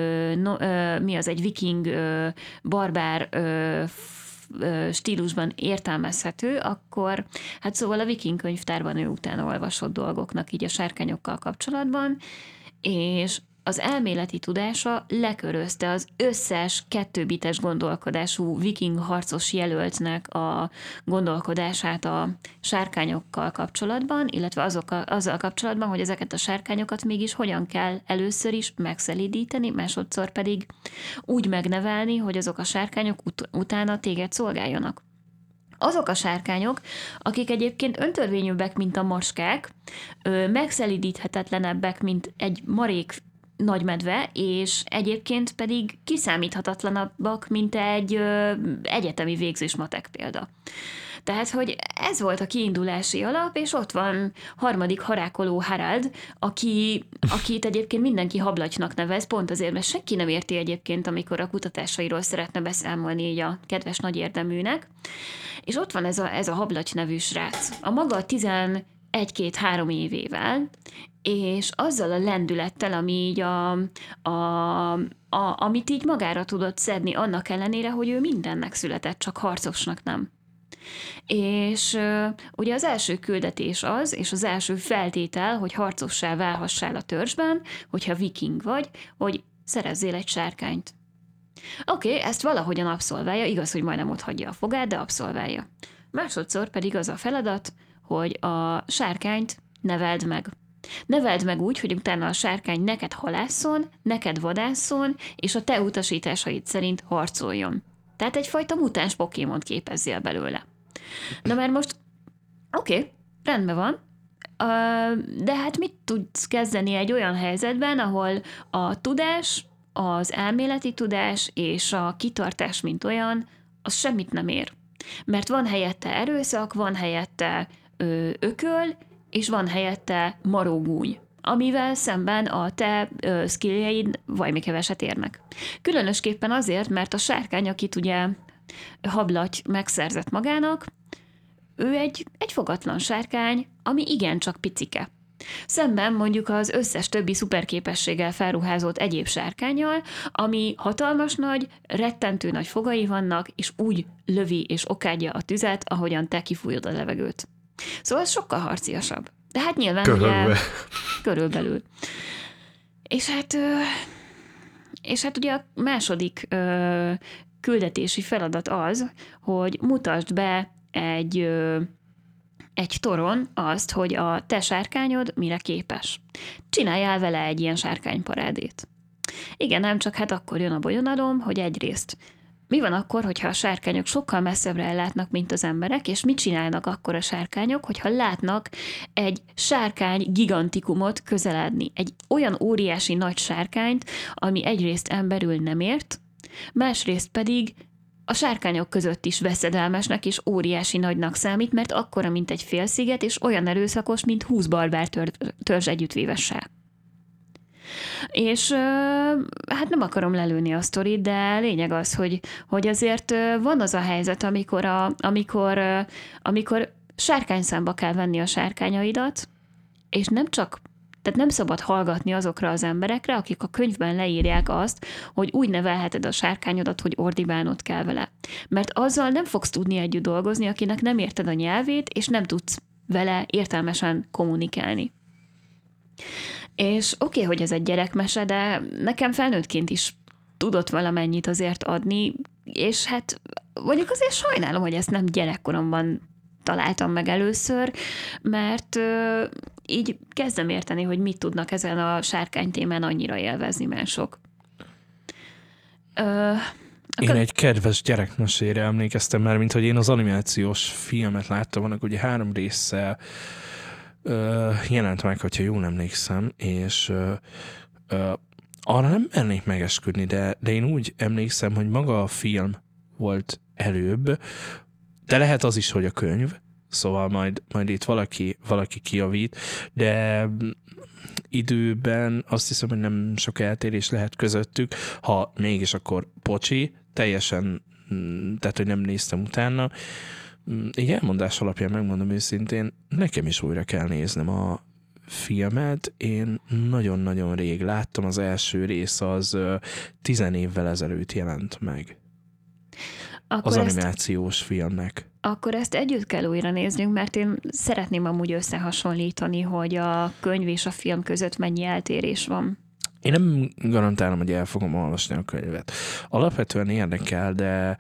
viking barbár stílusban értelmezhető, akkor hát szóval a viking könyvtárban ő utána olvasott dolgoknak így a sárkányokkal kapcsolatban, és az elméleti tudása lekörözte az összes 2-bites gondolkodású viking harcos jelöltnek a gondolkodását a sárkányokkal kapcsolatban, illetve azzal kapcsolatban, hogy ezeket a sárkányokat mégis hogyan kell először is megszelídíteni, másodszor pedig úgy megnevelni, hogy azok a sárkányok utána téged szolgáljanak. Azok a sárkányok, akik egyébként öntörvényűbbek, mint a macskák, megszelídíthetetlenebbek, mint egy marék nagymedve, és egyébként pedig kiszámíthatatlanabbak, mint egy egyetemi végzős matek példa. Tehát, hogy ez volt a kiindulási alap, és ott van harmadik harákoló Harald, akit egyébként mindenki hablatynak nevez, pont azért, mert senki nem érti egyébként, amikor a kutatásairól szeretne beszámolni így a kedves nagy érdeműnek. És ott van ez a hablaty nevű srác. A maga 11-2-3 évével, és azzal a lendülettel, ami így amit így magára tudott szedni, annak ellenére, hogy ő mindennek született, csak harcosnak nem. És ugye az első küldetés az, és az első feltétel, hogy harcossá válhassál a törzsben, hogyha viking vagy, hogy szerezzél egy sárkányt. Oké, ezt valahogyan abszolválja, igaz, hogy majdnem ott hagyja a fogát, de abszolválja. Másodszor pedig az a feladat, hogy a sárkányt neveld meg. Neveld meg úgy, hogy utána a sárkány neked halásszon, neked vadásszon, és a te utasításaid szerint harcoljon. Tehát egyfajta mutáns Pokémont képezzél belőle. Na már most, oké, rendben van, de hát mit tudsz kezdeni egy olyan helyzetben, ahol a tudás, az elméleti tudás és a kitartás, mint olyan, az semmit nem ér. Mert van helyette erőszak, van helyette ököl, és van helyette marógúny, amivel szemben a te skilljeid vajmi keveset érnek. Különösképpen azért, mert a sárkány, akit ugye hablaty megszerzett magának, ő egy fogatlan sárkány, ami igencsak picike. Szemben mondjuk az összes többi szuperképességgel felruházott egyéb sárkánnyal, ami hatalmas nagy, rettentő nagy fogai vannak, és úgy lövi és okádja a tüzet, ahogyan te kifújod a levegőt. Szóval ez sokkal harciasabb. De hát nyilván ugye körülbelül. És hát ugye a második küldetési feladat az, hogy mutasd be egy toron azt, hogy a te sárkányod mire képes. Csináljál vele egy ilyen sárkányparádét. Igen, nem csak hát akkor jön a bolyonalom, hogy egyrészt mi van akkor, hogyha a sárkányok sokkal messzebbre ellátnak, mint az emberek, és mit csinálnak akkor a sárkányok, hogyha látnak egy sárkány gigantikumot közeledni, egy olyan óriási nagy sárkányt, ami egyrészt emberül nem ért, másrészt pedig a sárkányok között is veszedelmesnek és óriási nagynak számít, mert akkora, mint egy félsziget, és olyan erőszakos, mint 20 barbár törzs együttvévessel. És hát nem akarom lelőni a sztorit, de lényeg az, hogy azért van az a helyzet, amikor sárkányszámba kell venni a sárkányaidat, és tehát nem szabad hallgatni azokra az emberekre, akik a könyvben leírják azt, hogy úgy nevelheted a sárkányodat, hogy ordibálnod kell vele. Mert azzal nem fogsz tudni együtt dolgozni, akinek nem érted a nyelvét, és nem tudsz vele értelmesen kommunikálni. És oké, hogy ez egy gyerekmese, de nekem felnőttként is tudott valamennyit azért adni, és hát mondjuk azért sajnálom, hogy ezt nem gyerekkoromban találtam meg először, mert így kezdem érteni, hogy mit tudnak ezen a sárkány témán annyira élvezni mások. Én egy kedves gyerekmesére emlékeztem már, mint hogy én az animációs filmet láttam, annak ugye 3 résszel jelent meg, hogyha jól emlékszem, és arra nem mernék megesküdni, de én úgy emlékszem, hogy maga a film volt előbb, de lehet az is, hogy a könyv, szóval majd itt valaki kijavít, de időben azt hiszem, hogy nem sok eltérés lehet közöttük, ha mégis akkor pocsi, teljesen, tehát hogy nem néztem utána. Így elmondás alapján megmondom őszintén, nekem is újra kell néznem a filmet. Én nagyon-nagyon rég láttam, az első rész az 10 évvel ezelőtt jelent meg. Akkor az animációs filmnek. Akkor ezt együtt kell újra néznünk, mert én szeretném amúgy összehasonlítani, hogy a könyv és a film között mennyi eltérés van. Én nem garantálom, hogy el fogom olvasni a könyvet. Alapvetően érdekel, de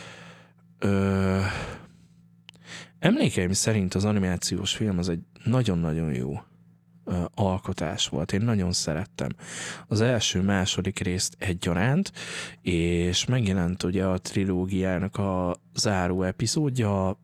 emlékeim szerint az animációs film az egy nagyon-nagyon jó alkotás volt. Én nagyon szerettem az első-második részt egyaránt, és megjelent ugye a trilógiának a záró epizódja,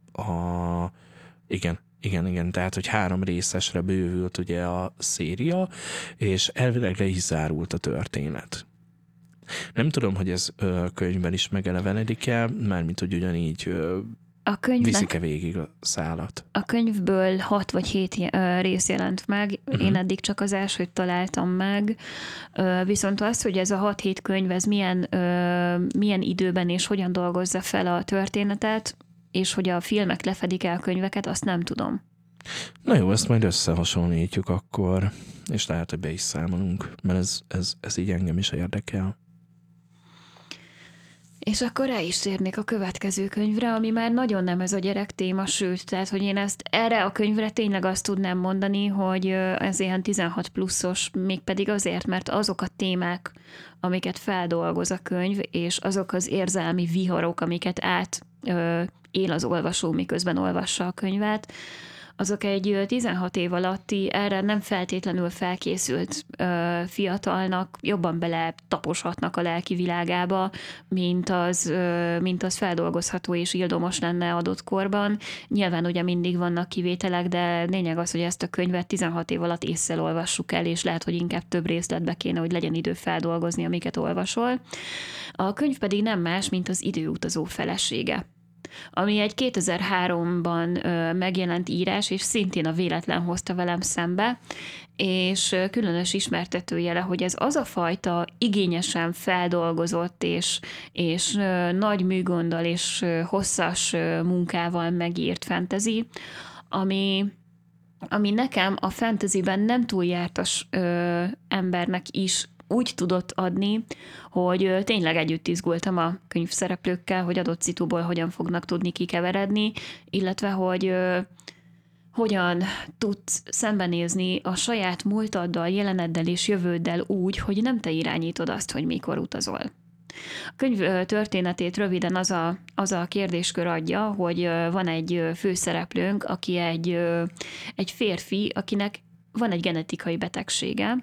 igen, tehát, hogy 3 részesre bővült ugye a széria, és elvileg le is zárult a történet. Nem tudom, hogy ez könyvben is megelevenedik el, mármint, hogy ugyanígy viszik-e végig a szálat. A könyvből 6 vagy 7 rész jelent meg, én eddig csak az elsőt találtam meg, viszont az, hogy ez a 6-7 könyv, ez milyen időben és hogyan dolgozza fel a történetet, és hogy a filmek lefedik el a könyveket, azt nem tudom. Na jó, ezt majd összehasonlítjuk akkor, és lehet, hogy be is számolunk, mert ez így engem is érdekel. És akkor rá is térnék a következő könyvre, ami már nagyon nem ez a gyerek téma, sőt, tehát, hogy én ezt erre a könyvre tényleg azt tudnám mondani, hogy ez ilyen 16 pluszos, mégpedig azért, mert azok a témák, amiket feldolgoz a könyv, és azok az érzelmi viharok, amiket él az olvasó, miközben olvassa a könyvet, azok egy 16 év alatti, erre nem feltétlenül felkészült fiatalnak jobban bele taposhatnak a lelki világába, mint az feldolgozható és ildomos lenne adott korban. Nyilván ugye mindig vannak kivételek, de lényeg az, hogy ezt a könyvet 16 év alatt ésszel olvassuk el, és lehet, hogy inkább több részletbe kéne, hogy legyen idő feldolgozni, amiket olvasol. A könyv pedig nem más, mint az Időutazó felesége, ami egy 2003-ban megjelent írás, és szintén a véletlen hozta velem szembe, és különös ismertetőjele, hogy ez az a fajta igényesen feldolgozott és nagy műgonddal és hosszas munkával megírt fantasy, ami nekem a fantasyben nem túl jártas embernek is úgy tudott adni, hogy tényleg együtt izgultam a könyvszereplőkkel, hogy adott szituból hogyan fognak tudni kikeveredni, illetve hogy hogyan tudsz szembenézni a saját múltaddal, jeleneddel és jövőddel úgy, hogy nem te irányítod azt, hogy mikor utazol. A könyv történetét röviden az a kérdéskör adja, hogy van egy főszereplőnk, aki egy férfi, akinek van egy genetikai betegsége,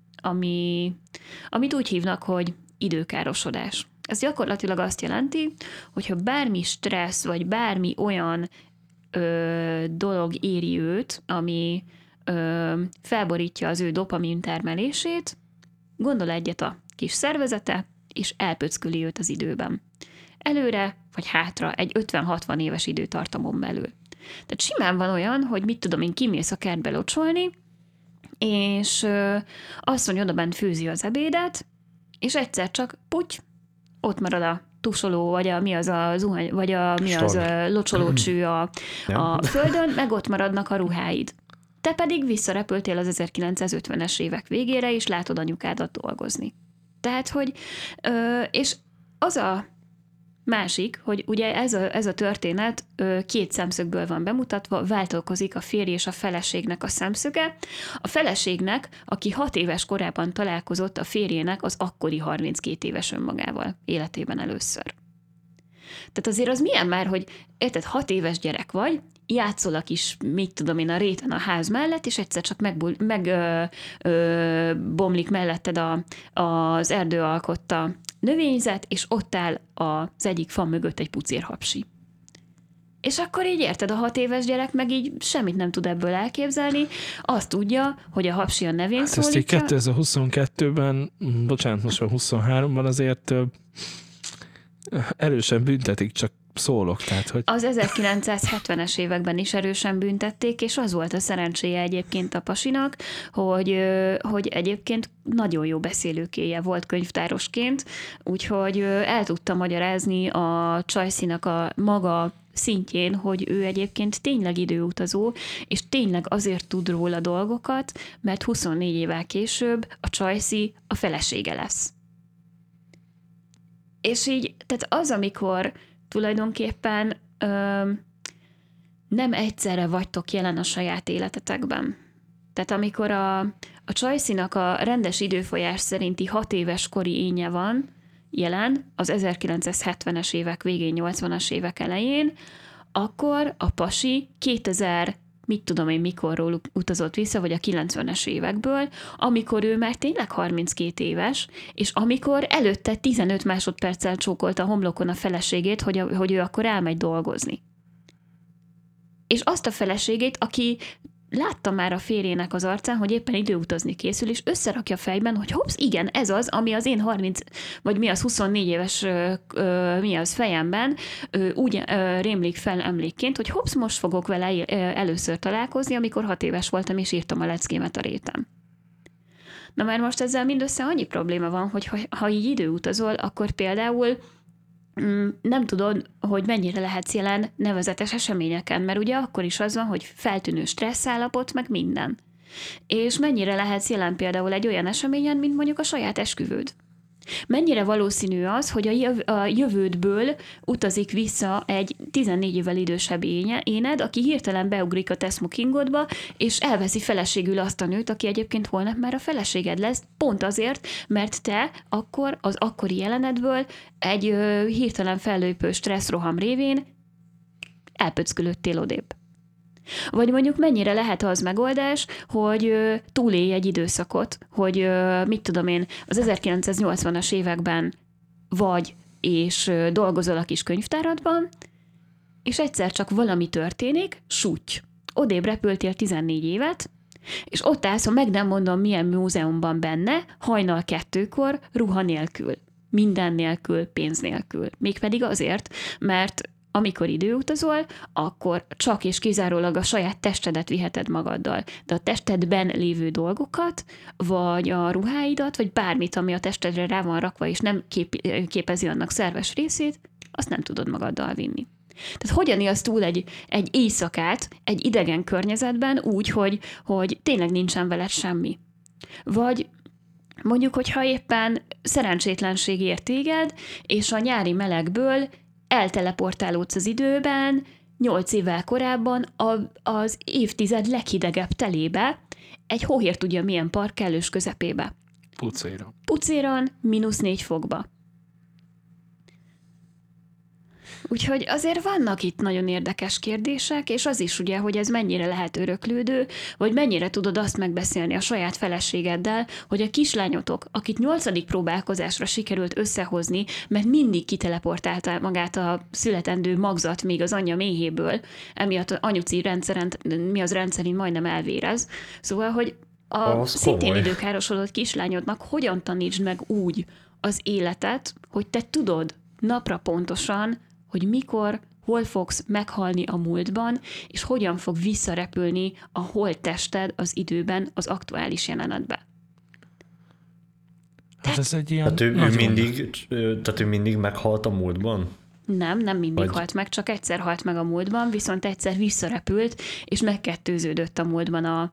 amit úgy hívnak, hogy időkárosodás. Ez gyakorlatilag azt jelenti, hogyha bármi stressz, vagy bármi olyan dolog éri őt, ami felborítja az ő dopamin termelését, gondol egyet a kis szervezete, és elpöcköli őt az időben. Előre vagy hátra egy 50-60 éves időtartamon belül. Tehát simán van olyan, hogy mit tudom én, kimész a kertbe locsolni, és asszony odabent főzi az ebédet, és egyszer csak ott marad a tusoló, vagy mi az a zuhany, vagy mi az a locsolócső a földön, meg ott maradnak a ruháid. Te pedig visszarepültél az 1950-es évek végére, és látod anyukádat dolgozni. Tehát, hogy és az a másik, hogy ugye ez a történet 2 szemszögből van bemutatva, változkozik a férj és a feleségnek a szemszöge. A feleségnek, aki 6 éves korában találkozott a férjének az akkori 32 éves önmagával életében először. Tehát azért az milyen már, hogy érted, 6 éves gyerek vagy, játszol a kis, mit tudom én, a réten a ház mellett, és egyszer csak megbomlik melletted az erdő alkotta növényzet, és ott áll az egyik fa mögött egy pucérhapsi. És akkor így érted, a 6 éves gyerek meg így semmit nem tud ebből elképzelni, azt tudja, hogy a hapsi a nevén szólítja. Ezt így 2022-ben, bocsánat, most már 23-ban azért Erősen büntetik, csak szólok, tehát hogy... Az 1970-es években is erősen büntették, és az volt a szerencséje egyébként a pasinak, hogy egyébként nagyon jó beszélőkéje volt könyvtárosként, úgyhogy el tudta magyarázni a Csajcinak a maga szintjén, hogy ő egyébként tényleg időutazó, és tényleg azért tud róla dolgokat, mert 24 évvel később a Csajci a felesége lesz. És így, tehát az, amikor tulajdonképpen nem egyszerre vagytok jelen a saját életetekben. Tehát amikor a Csajcinak a rendes időfolyás szerinti 6 éves kori énje van jelen, az 1970-es évek végén, 80-as évek elején, akkor a pasi 2000 mit tudom én mikorról utazott vissza, vagy a 90-es évekből, amikor ő már tényleg 32 éves, és amikor előtte 15 másodperccel csókolta a homlokon a feleségét, hogy ő akkor elmegy dolgozni. És azt a feleségét, aki látta már a férjének az arcán, hogy éppen időutazni készül, és összerakja fejben, hogy hopsz, igen, ez az, ami az én 30, vagy mi az 24 éves mi az fejemben úgy rémlik fel emlékként, hogy hopsz, most fogok vele először találkozni, amikor 6 éves voltam, és írtam a leckémet a réten. Na már most ezzel mindössze annyi probléma van, hogy ha így időutazol, akkor például nem tudod, hogy mennyire lehetsz jelen nevezetes eseményeken, mert ugye akkor is az van, hogy feltűnő stresszállapot, meg minden. És mennyire lehetsz jelen például egy olyan eseményen, mint mondjuk a saját esküvőd. Mennyire valószínű az, hogy a jövődből utazik vissza egy 14 évvel idősebb éned, aki hirtelen beugrik a te smokingodba, és elveszi feleségül azt a nőt, aki egyébként holnap már a feleséged lesz, pont azért, mert te akkor az akkori jelenedből egy hirtelen fellépő stresszroham révén elpöckölöttél odébb. Vagy mondjuk mennyire lehet az megoldás, hogy túlélj egy időszakot, hogy mit tudom én, az 1980-as években vagy, és dolgozol a kis könyvtáradban, és egyszer csak valami történik, súty. Odébb repültél 14 évet, és ott állsz, meg nem mondom milyen múzeumban benne, hajnal 2-kor, ruha nélkül, minden nélkül, pénz nélkül. Mégpedig azért, mert amikor időutazol, akkor csak és kizárólag a saját testedet viheted magaddal. De a testedben lévő dolgokat, vagy a ruháidat, vagy bármit, ami a testedre rá van rakva, és nem képezi annak szerves részét, azt nem tudod magaddal vinni. Tehát hogyan élsz túl egy éjszakát egy idegen környezetben úgy, hogy tényleg nincsen veled semmi. Vagy mondjuk, hogyha éppen szerencsétlenség ér téged, és a nyári melegből elteleportálódsz az időben, 8 évvel korábban az évtized leghidegebb telébe, egy hóhér tudja milyen park kellős közepébe. Pucéron. Pucéron, -4 fokba. Úgyhogy azért vannak itt nagyon érdekes kérdések, és az is ugye, hogy ez mennyire lehet öröklődő, vagy mennyire tudod azt megbeszélni a saját feleségeddel, hogy a kislányotok, akit 8. próbálkozásra sikerült összehozni, mert mindig kiteleportálta magát a születendő magzat még az anyja méhéből, emiatt az anyuci rendszerint majdnem elvérez. Szóval, hogy a szintén időkárosodott kislányodnak hogyan tanítsd meg úgy az életet, hogy te tudod napra pontosan, hogy mikor, hol fogsz meghalni a múltban, és hogyan fog visszarepülni a holttested az időben, az aktuális jelenetbe. Hát ez egy ilyen... Tehát ő mindig meghalt a múltban? Nem mindig halt meg, csak egyszer halt meg a múltban, viszont egyszer visszarepült, és megkettőződött a múltban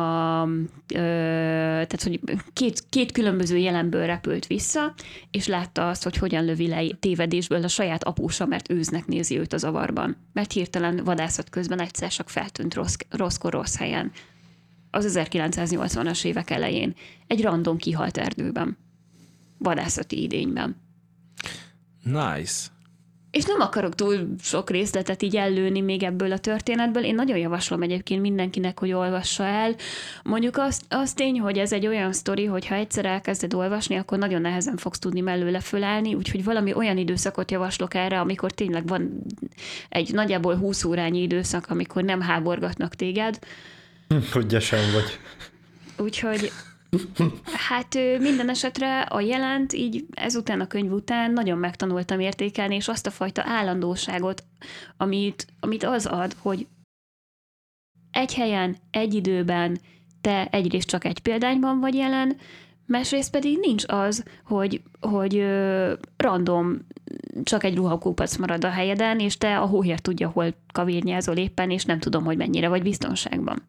tehát, hogy két különböző jelenből repült vissza, és látta azt, hogy hogyan lövi le tévedésből a saját apósa, mert őznek nézi őt az avarban. Mert hirtelen vadászat közben egyszer csak feltűnt rossz helyen. Az 1980-as évek elején. Egy random kihalt erdőben. Vadászati idényben. Nice. És nem akarok túl sok részletet így ellőni még ebből a történetből. Én nagyon javaslom egyébként mindenkinek, hogy olvassa el. Mondjuk az tény, hogy ez egy olyan sztori, hogy ha egyszer elkezded olvasni, akkor nagyon nehezen fogsz tudni mellőle fölállni, úgyhogy valami olyan időszakot javaslok erre, amikor tényleg van egy nagyjából 20 órányi időszak, amikor nem háborgatnak téged. Hogy gyesen vagy. Úgyhogy Hát minden esetre a jelent így ezután a könyv után nagyon megtanultam értékelni, és azt a fajta állandóságot, amit az ad, hogy egy helyen, egy időben te egyrészt csak egy példányban vagy jelen, másrészt pedig nincs az, hogy random csak egy ruhakópac marad a helyeden, és te a hóhér tudja, hol kavírnyázol éppen, és nem tudom, hogy mennyire vagy biztonságban.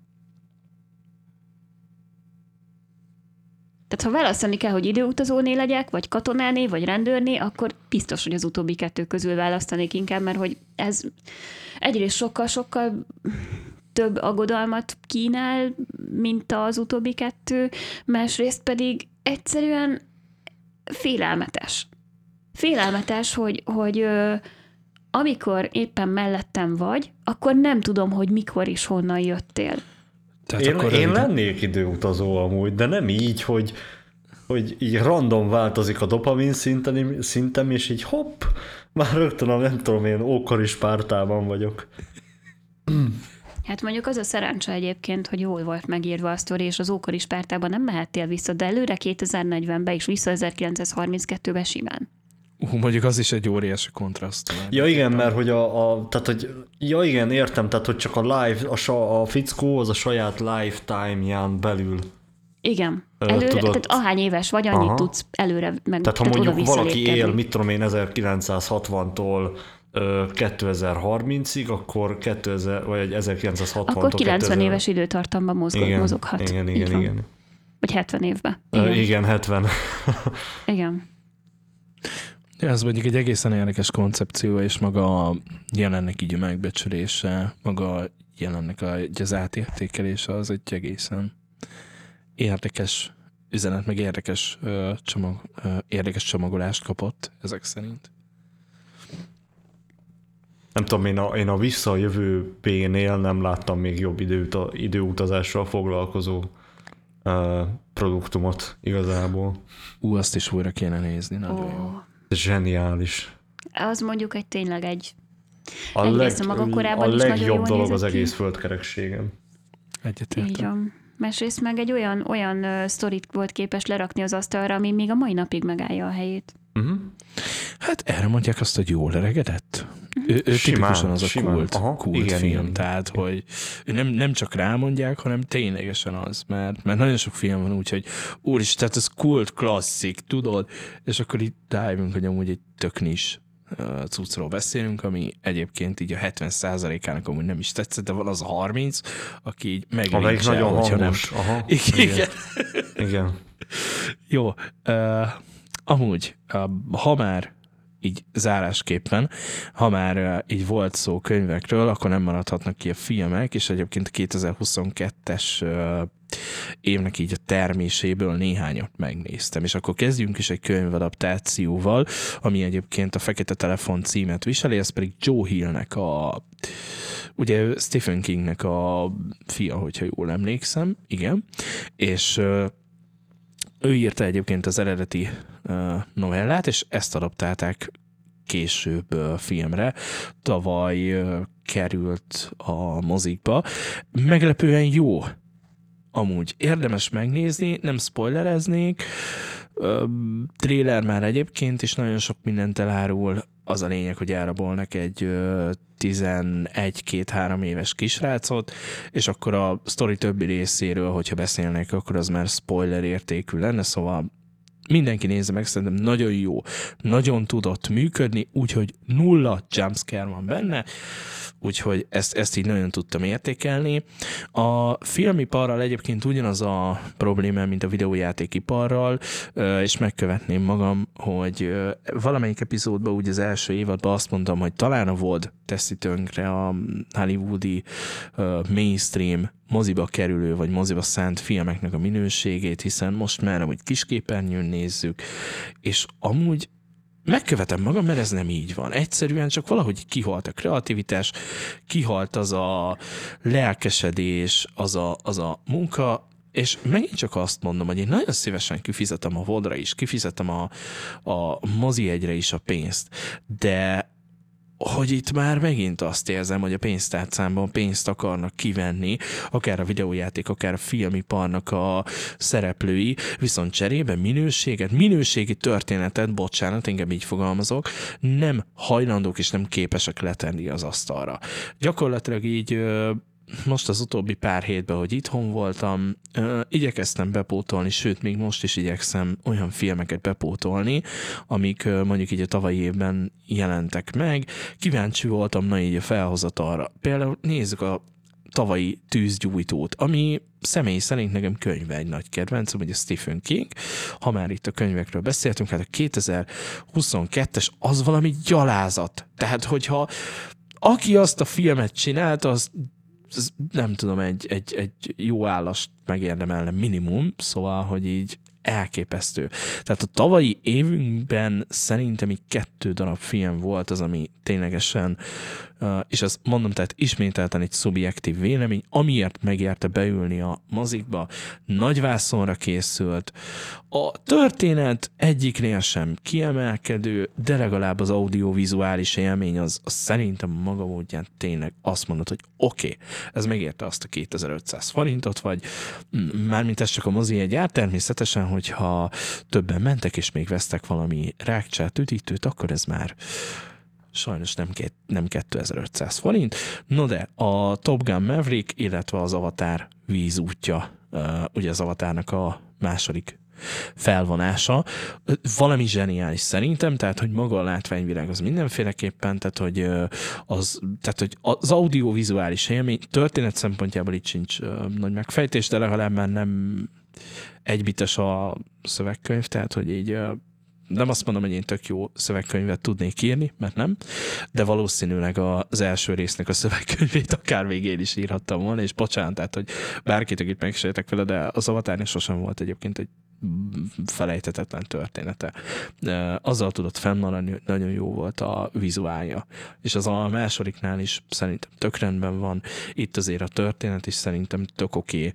Tehát ha választani kell, hogy időutazóné legyek, vagy katonáné, vagy rendőrné, akkor biztos, hogy az utóbbi kettő közül választanék inkább, mert hogy ez egyrészt sokkal több aggodalmat kínál, mint az utóbbi kettő, másrészt pedig egyszerűen félelmetes. Félelmetes, hogy amikor éppen mellettem vagy, akkor nem tudom, hogy mikor és honnan jöttél. Én lennék időutazó amúgy, de nem így, hogy így random változik a dopamin szintem, és így hopp, már rögtön nem tudom én, ókori Spártában vagyok. Hát mondjuk az a szerencse egyébként, hogy jól volt megírva a sztori, és az ókori Spártában nem mehettél vissza, de előre 2040-be és vissza 1932-be simán. Mondjuk az is egy óriási kontraszt. Ja igen, mert hogy tehát, hogy ja igen, értem, tehát, hogy csak a fickó az a saját lifetime-ján belül. Igen. Tehát ahány éves vagy, annyit tudsz előre meg. Tehát ha mondjuk valaki él, mit tudom én, 1960-tól 2030-ig, akkor 2000, vagy 1960-tól akkor 90 éves időtartamban mozoghat. Igen. Vagy 70 évben. Igen, 70. Igen. Ja, ez mondjuk egy egészen érdekes koncepció, és maga a jelennek így a megbecsülése, maga jelennek az átértékelése az egy egészen érdekes üzenet, meg érdekes csomagolást kapott ezek szerint. Nem tudom, én a Vissza a jövőbénél nem láttam még jobb időutazással foglalkozó produktumot igazából. Azt is újra kéne nézni, nagyon jó. Zseniális. Az mondjuk tényleg egyrészt a maga korában is nagyon jól legjobb dolog az nézett egész ki. földkerekségem. Egyetértem. Másrészt meg egy olyan sztorit volt képes lerakni az asztalra, ami még a mai napig megállja a helyét. Uh-huh. Hát erre mondják azt, hogy jól öregedett. Ő tipikusan az a kult film, igen. Tehát, hogy nem csak rámondják, hanem ténylegesen az, mert nagyon sok film van úgy, hogy úristen, tehát ez kult klasszik, tudod? És akkor itt rájövünk, hogy amúgy egy tök nis cuccról beszélünk, ami egyébként így a 70%-ának amúgy nem is tetszett, de van az a 30, aki így amelyik nagyon hangos. Aha, igen. Jó. Amúgy, ha már így zárásképpen, ha már így volt szó könyvekről, akkor nem maradhatnak ki a filmek, és egyébként 2022-es évnek így a terméséből néhányat megnéztem. És akkor kezdjünk is egy könyvadaptációval, ami egyébként a Fekete Telefon címet viseli, ez pedig Joe Hillnek ugye Stephen Kingnek a fia, hogyha jól emlékszem, igen, és ő írta egyébként az eredeti novellát, és ezt adaptálták később filmre. Tavaly került a mozikba. Meglepően jó. Amúgy érdemes megnézni, nem spoilereznék. Trailer már egyébként, és nagyon sok mindent elárul. Az a lényeg, hogy elrabolnak egy 11-2-3 éves kisrácot, és akkor a sztori többi részéről, hogyha beszélnek, akkor az már spoiler értékű lenne, szóval mindenki nézze meg, szerintem nagyon jó, nagyon tudott működni, úgyhogy 0 jumpscare van benne, úgyhogy ezt így nagyon tudtam értékelni. A filmiparral egyébként ugyanaz a probléma, mint a videójátékiparral, és megkövetném magam, hogy valamelyik epizódban, úgy az első évadban azt mondtam, hogy talán a VOD teszi tönkre a hollywoodi mainstream moziba kerülő, vagy moziba szánt filmeknek a minőségét, hiszen most már amúgy kisképernyőn nézzük, és amúgy megkövetem magam, mert ez nem így van. Egyszerűen csak valahogy kihalt a kreativitás, kihalt az a lelkesedés, az a munka, és megint csak azt mondom, hogy én nagyon szívesen kifizetem a VOD-ra is, kifizetem a mozi egyre is a pénzt, de hogy itt már megint azt érzem, hogy a pénztárcámban pénzt akarnak kivenni, akár a videójáték, akár a filmiparnak a szereplői, viszont cserébe minőségi történetet, bocsánat, inkább így fogalmazok, nem hajlandók és nem képesek letenni az asztalra. Gyakorlatilag így most az utóbbi pár hétben, hogy itthon voltam, igyekeztem bepótolni, sőt, még most is igyekszem olyan filmeket bepótolni, amik mondjuk így a tavalyi évben jelentek meg. Kíváncsi voltam így a felhozatalra. Például nézzük a tavalyi Tűzgyújtót, ami személy szerint nekem könyve egy nagy kedvencem, hogy a Stephen King. Ha már itt a könyvekről beszéltünk, hát a 2022-es az valami gyalázat. Tehát, hogyha aki azt a filmet csinált, az nem tudom, egy jó állast megérdemelne minimum, szóval, hogy így elképesztő. Tehát a tavalyi évünkben szerintem így 2 darab film volt az, ami ténylegesen, és azt mondom, tehát ismételten egy szubjektív vélemény, amiért megérte beülni a mozikba, nagy vászonra készült. A történet egyiknél sem kiemelkedő, de legalább az audiovizuális élmény az szerintem maga módján tényleg azt mondod, hogy oké, ez megérte azt a 2500 forintot, vagy mármint ez csak a mozi egy ár, természetesen, hogyha többen mentek és még vesztek valami rákcsát, üdítőt, akkor ez már sajnos nem 2500 forint. No de a Top Gun Maverick, illetve az Avatar vízútja, ugye az Avatarnak a második felvonása, valami zseniális szerintem, tehát hogy maga a látványvilág az mindenféleképpen, tehát hogy az audiovizuális élmény történet szempontjából itt sincs nagy megfejtés, de legalább már nem egybites a szövegkönyv, tehát hogy így nem azt mondom, hogy én tök jó szövegkönyvet tudnék írni, mert nem, de valószínűleg az első résznek a szövegkönyvét akár még én is írhattam volna, és bocsánat, tehát, hogy bárkit, akit megsértek vele, de az Avatarnak sosem volt egyébként egy felejthetetlen története. De azzal tudott fennmaradni, hogy nagyon jó volt a vizuálja. És az a másodiknál is szerintem tök rendben van. Itt azért a történet is szerintem tök oké.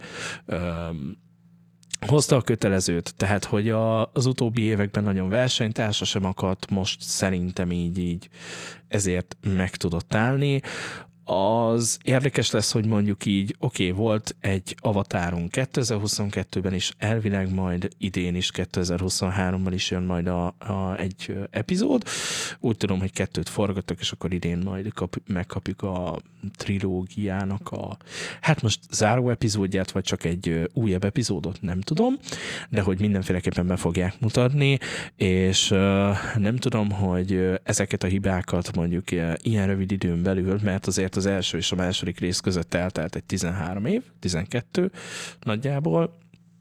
Hozta a kötelezőt, tehát hogy az utóbbi években nagyon versenytársa sem akadt, most szerintem így ezért meg tudott állni. Az érdekes lesz, hogy mondjuk így, oké, volt egy Avatárunk 2022-ben is, elvileg majd idén is, 2023-ban is jön majd egy epizód. Úgy tudom, hogy 2 forgattak, és akkor idén majd megkapjuk a trilógiának hát most záró epizódját, vagy csak egy újabb epizódot, nem tudom, de hogy mindenféleképpen be fogják mutatni, és nem tudom, hogy ezeket a hibákat mondjuk ilyen rövid időn belül, mert azért az első és a második rész között eltelt egy 13 év, 12 nagyjából,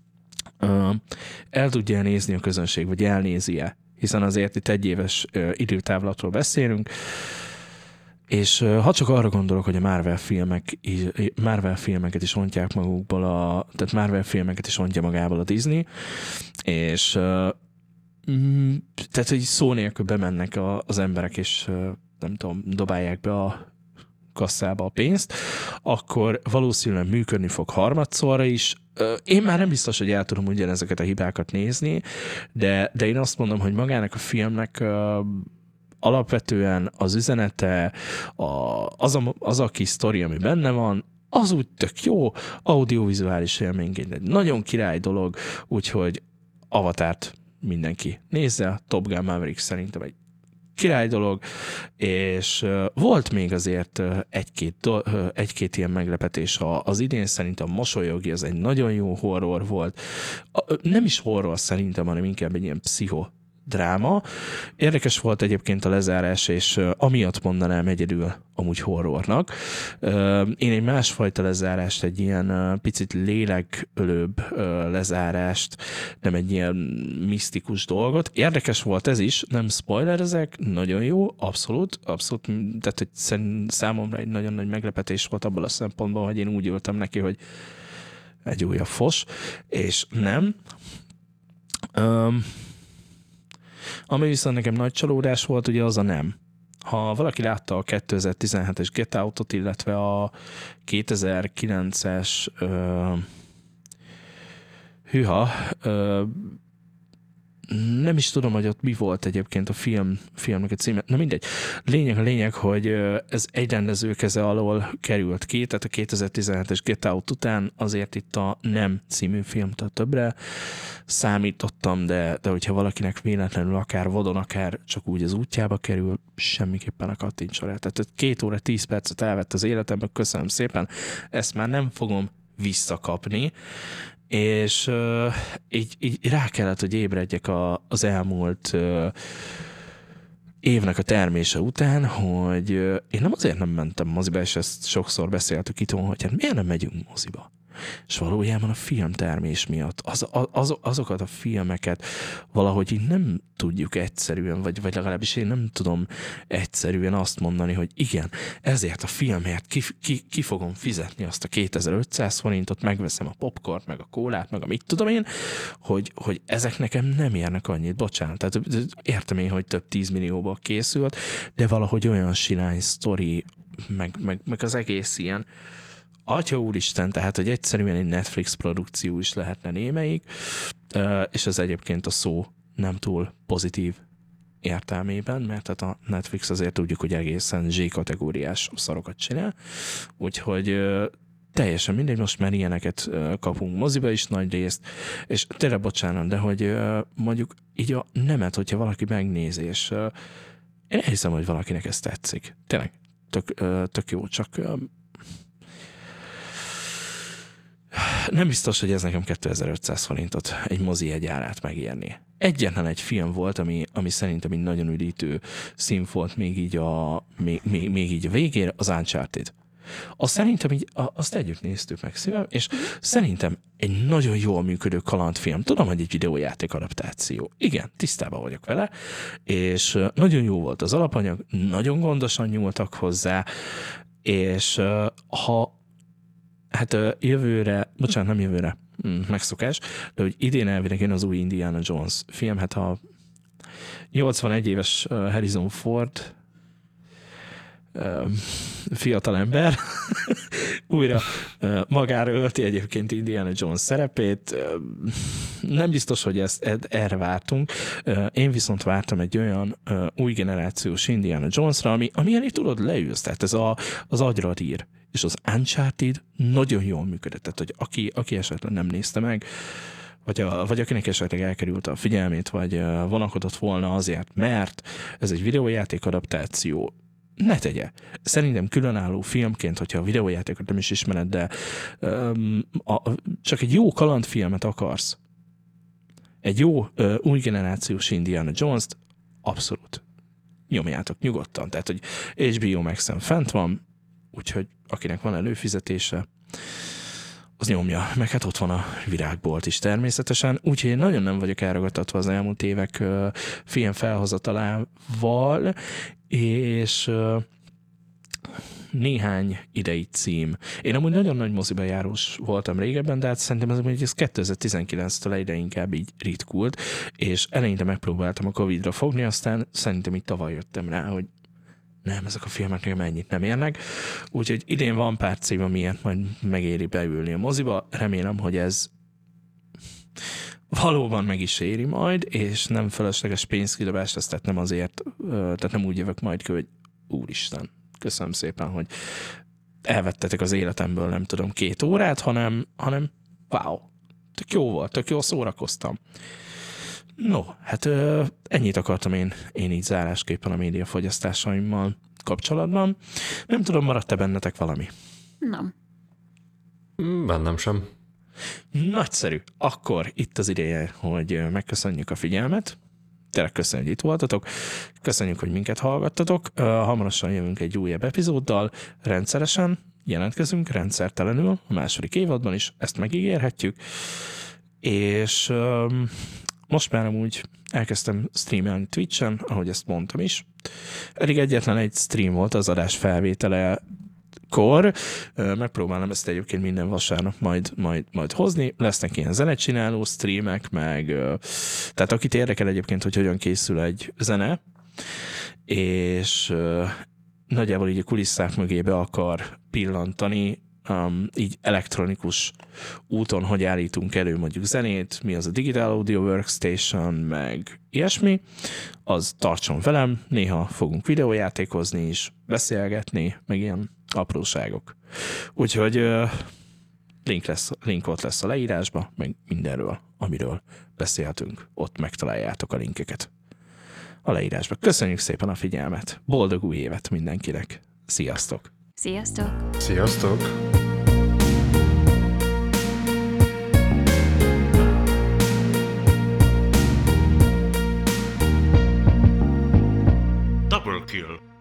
el tudja nézni a közönség, vagy elnézi-e, hiszen azért itt 1 éves időtávlatról beszélünk, és ha csak arra gondolok, hogy a Marvel filmeket is ontják magukból, tehát Marvel filmeket is ontja magából a Disney, és tehát, hogy szó nélkül bemennek az emberek, és nem tudom, dobálják be a kasszába a pénzt, akkor valószínűleg működni fog harmadszorra is. Én már nem biztos, hogy el tudom ugyanezeket a hibákat nézni, de én azt mondom, hogy magának a filmnek alapvetően az üzenete, az a kis sztori, ami benne van, az úgy tök jó, audiovizuális élményként egy nagyon király dolog, úgyhogy Avatárt mindenki nézze, Top Gun Maverick szerintem egy király dolog, és volt még azért egy-két ilyen meglepetés az idén, szerintem Mosolyogi, az egy nagyon jó horror volt. Nem is horror szerintem, hanem inkább egy ilyen pszichodráma. Érdekes volt egyébként a lezárás, és amiatt mondanám egyedül amúgy horrornak. Én egy másfajta lezárást, egy ilyen picit lélekölőbb lezárást, nem egy ilyen misztikus dolgot. Érdekes volt ez is, nem spoilerezek, nagyon jó, abszolút, tehát hogy számomra egy nagyon nagy meglepetés volt abban a szempontból, hogy én úgy ültem neki, hogy egy újabb fos, és nem. Ami viszont nekem nagy csalódás volt, ugye az a nem. Ha valaki látta a 2017-es Get Out-ot, illetve a 2009-es nem is tudom, hogy ott mi volt egyébként a filmnek a címe. Na mindegy. Lényeg, hogy ez egy rendező keze alól került ki, tehát a 2017-es Get Out után azért itt a Nem című filmtől többre számítottam, de hogyha valakinek véletlenül akár vadon, akár csak úgy az útjába kerül, semmiképpen a kattintsa rá. Tehát 2 óra 10 percet elvett az életemben, köszönöm szépen, ezt már nem fogom visszakapni, és így rá kellett, hogy ébredjek az elmúlt évnek a termése után, hogy én nem azért nem mentem moziba, és ezt sokszor beszéltük itthon, hogy hát miért nem megyünk moziba? És valójában a filmtermés miatt azokat a filmeket valahogy így nem tudjuk egyszerűen, vagy legalábbis én nem tudom egyszerűen azt mondani, hogy igen, ezért a filmért ki fogom fizetni azt a 2500 forintot, megveszem a popcornt, meg a kólát, meg a mit tudom én, hogy ezek nekem nem érnek annyit, bocsánat. Tehát értem én, hogy több 10 millióból készült, de valahogy olyan silány sztori, meg az egész ilyen Atya úristen, tehát, hogy egyszerűen egy Netflix produkció is lehetne némelyik, és ez egyébként a szó nem túl pozitív értelmében, mert tehát a Netflix azért tudjuk, hogy egészen Z-kategóriás szarokat csinál, úgyhogy teljesen mindegy, most már ilyeneket kapunk moziba is nagy részt, és tényleg bocsánat, de hogy mondjuk így a nemet, hogyha valaki megnézi, és én hiszem, hogy valakinek ez tetszik. Tényleg tök jó, csak nem biztos, hogy ez nekem 2500 forintot egy mozi jegyárát megérni. Egyetlen egy film volt, ami szerintem egy nagyon üdítő szín volt még így a végére, az Uncharted. Szerintem így, azt együtt néztük meg szívem, és szerintem egy nagyon jól működő kalandfilm. Tudom, hogy egy videójáték adaptáció. Igen, tisztában vagyok vele, és nagyon jó volt az alapanyag, nagyon gondosan nyúltak hozzá, és hát nem jövőre, megszokás, de hogy idén elvileg jön az új Indiana Jones film, hát a 81 éves Harrison Ford fiatalember újra magára ölti egyébként Indiana Jones szerepét. Nem biztos, hogy erre vártunk. Én viszont vártam egy olyan új generációs Indiana Jonesra, ami elég tudod leülsz, tehát ez az agyra ír. És az Uncharted nagyon jól működött. Tehát, hogy aki esetleg nem nézte meg, vagy akinek esetleg elkerült a figyelmét, vagy vonakodott volna azért, mert ez egy videójáték adaptáció, ne tegye. Szerintem különálló filmként, hogyha a videójátékot nem is ismered, de csak egy jó kalandfilmet akarsz, egy jó új generációs Indiana Jones-t, abszolút nyomjátok nyugodtan. Tehát, hogy HBO Max-en fent van, úgyhogy akinek van előfizetése, az nyomja. Meg hát ott van a virágbolt is természetesen. Úgyhogy én nagyon nem vagyok elragadtatva az elmúlt évek film felhozatalával, és néhány idei cím. Én amúgy nagyon nagy moziba járós voltam régebben, de hát szerintem ez 2019-től egyre inkább így ritkult, és eleinte megpróbáltam a Covid-ra fogni, aztán szerintem így tavaly jöttem rá, hogy nem, ezek a filmek nekem ennyit nem érnek. Úgyhogy idén van pár cím, amiért majd megéri beülni a moziba. Remélem, hogy ez valóban meg is éri majd, és nem felesleges pénzkidobás, ezt tehát nem azért, tehát nem úgy jövök majd ki, hogy úristen, köszönöm szépen, hogy elvettetek az életemből, nem tudom, 2 órát, hanem wow, tök jó volt, tök jól szórakoztam. No, hát ennyit akartam én így zárásképpen a médiafogyasztásaimmal kapcsolatban. Nem tudom, maradt-e bennetek valami? Nem. Bennem sem. Nagyszerű. Akkor itt az ideje, hogy megköszönjük a figyelmet. Tényleg köszönjük, hogy itt voltatok. Köszönjük, hogy minket hallgattatok. Hamarosan jövünk egy újabb epizóddal. Rendszeresen jelentkezünk, rendszertelenül, a második évadban is. Ezt megígérhetjük. És most már amúgy elkezdtem streamelni Twitch-en, ahogy ezt mondtam is. Eddig egyetlen egy stream volt az adás felvételekor. Megpróbálom ezt egyébként minden vasárnap majd hozni. Lesznek ilyen zenecsináló streamek, meg tehát akit érdekel egyébként, hogy hogyan készül egy zene, és nagyjából így a kulisszák mögébe akar pillantani, így elektronikus úton, hogy állítunk elő mondjuk zenét, mi az a Digital Audio Workstation, meg ilyesmi, az tartson velem, néha fogunk videójátékozni is, beszélgetni, meg ilyen apróságok. Úgyhogy link ott lesz a leírásba, meg mindenről, amiről beszéltünk, ott megtaláljátok a linkeket a leírásba. Köszönjük szépen a figyelmet, boldog új évet mindenkinek, sziasztok! Sziasztok! Sziasztok! Double kill.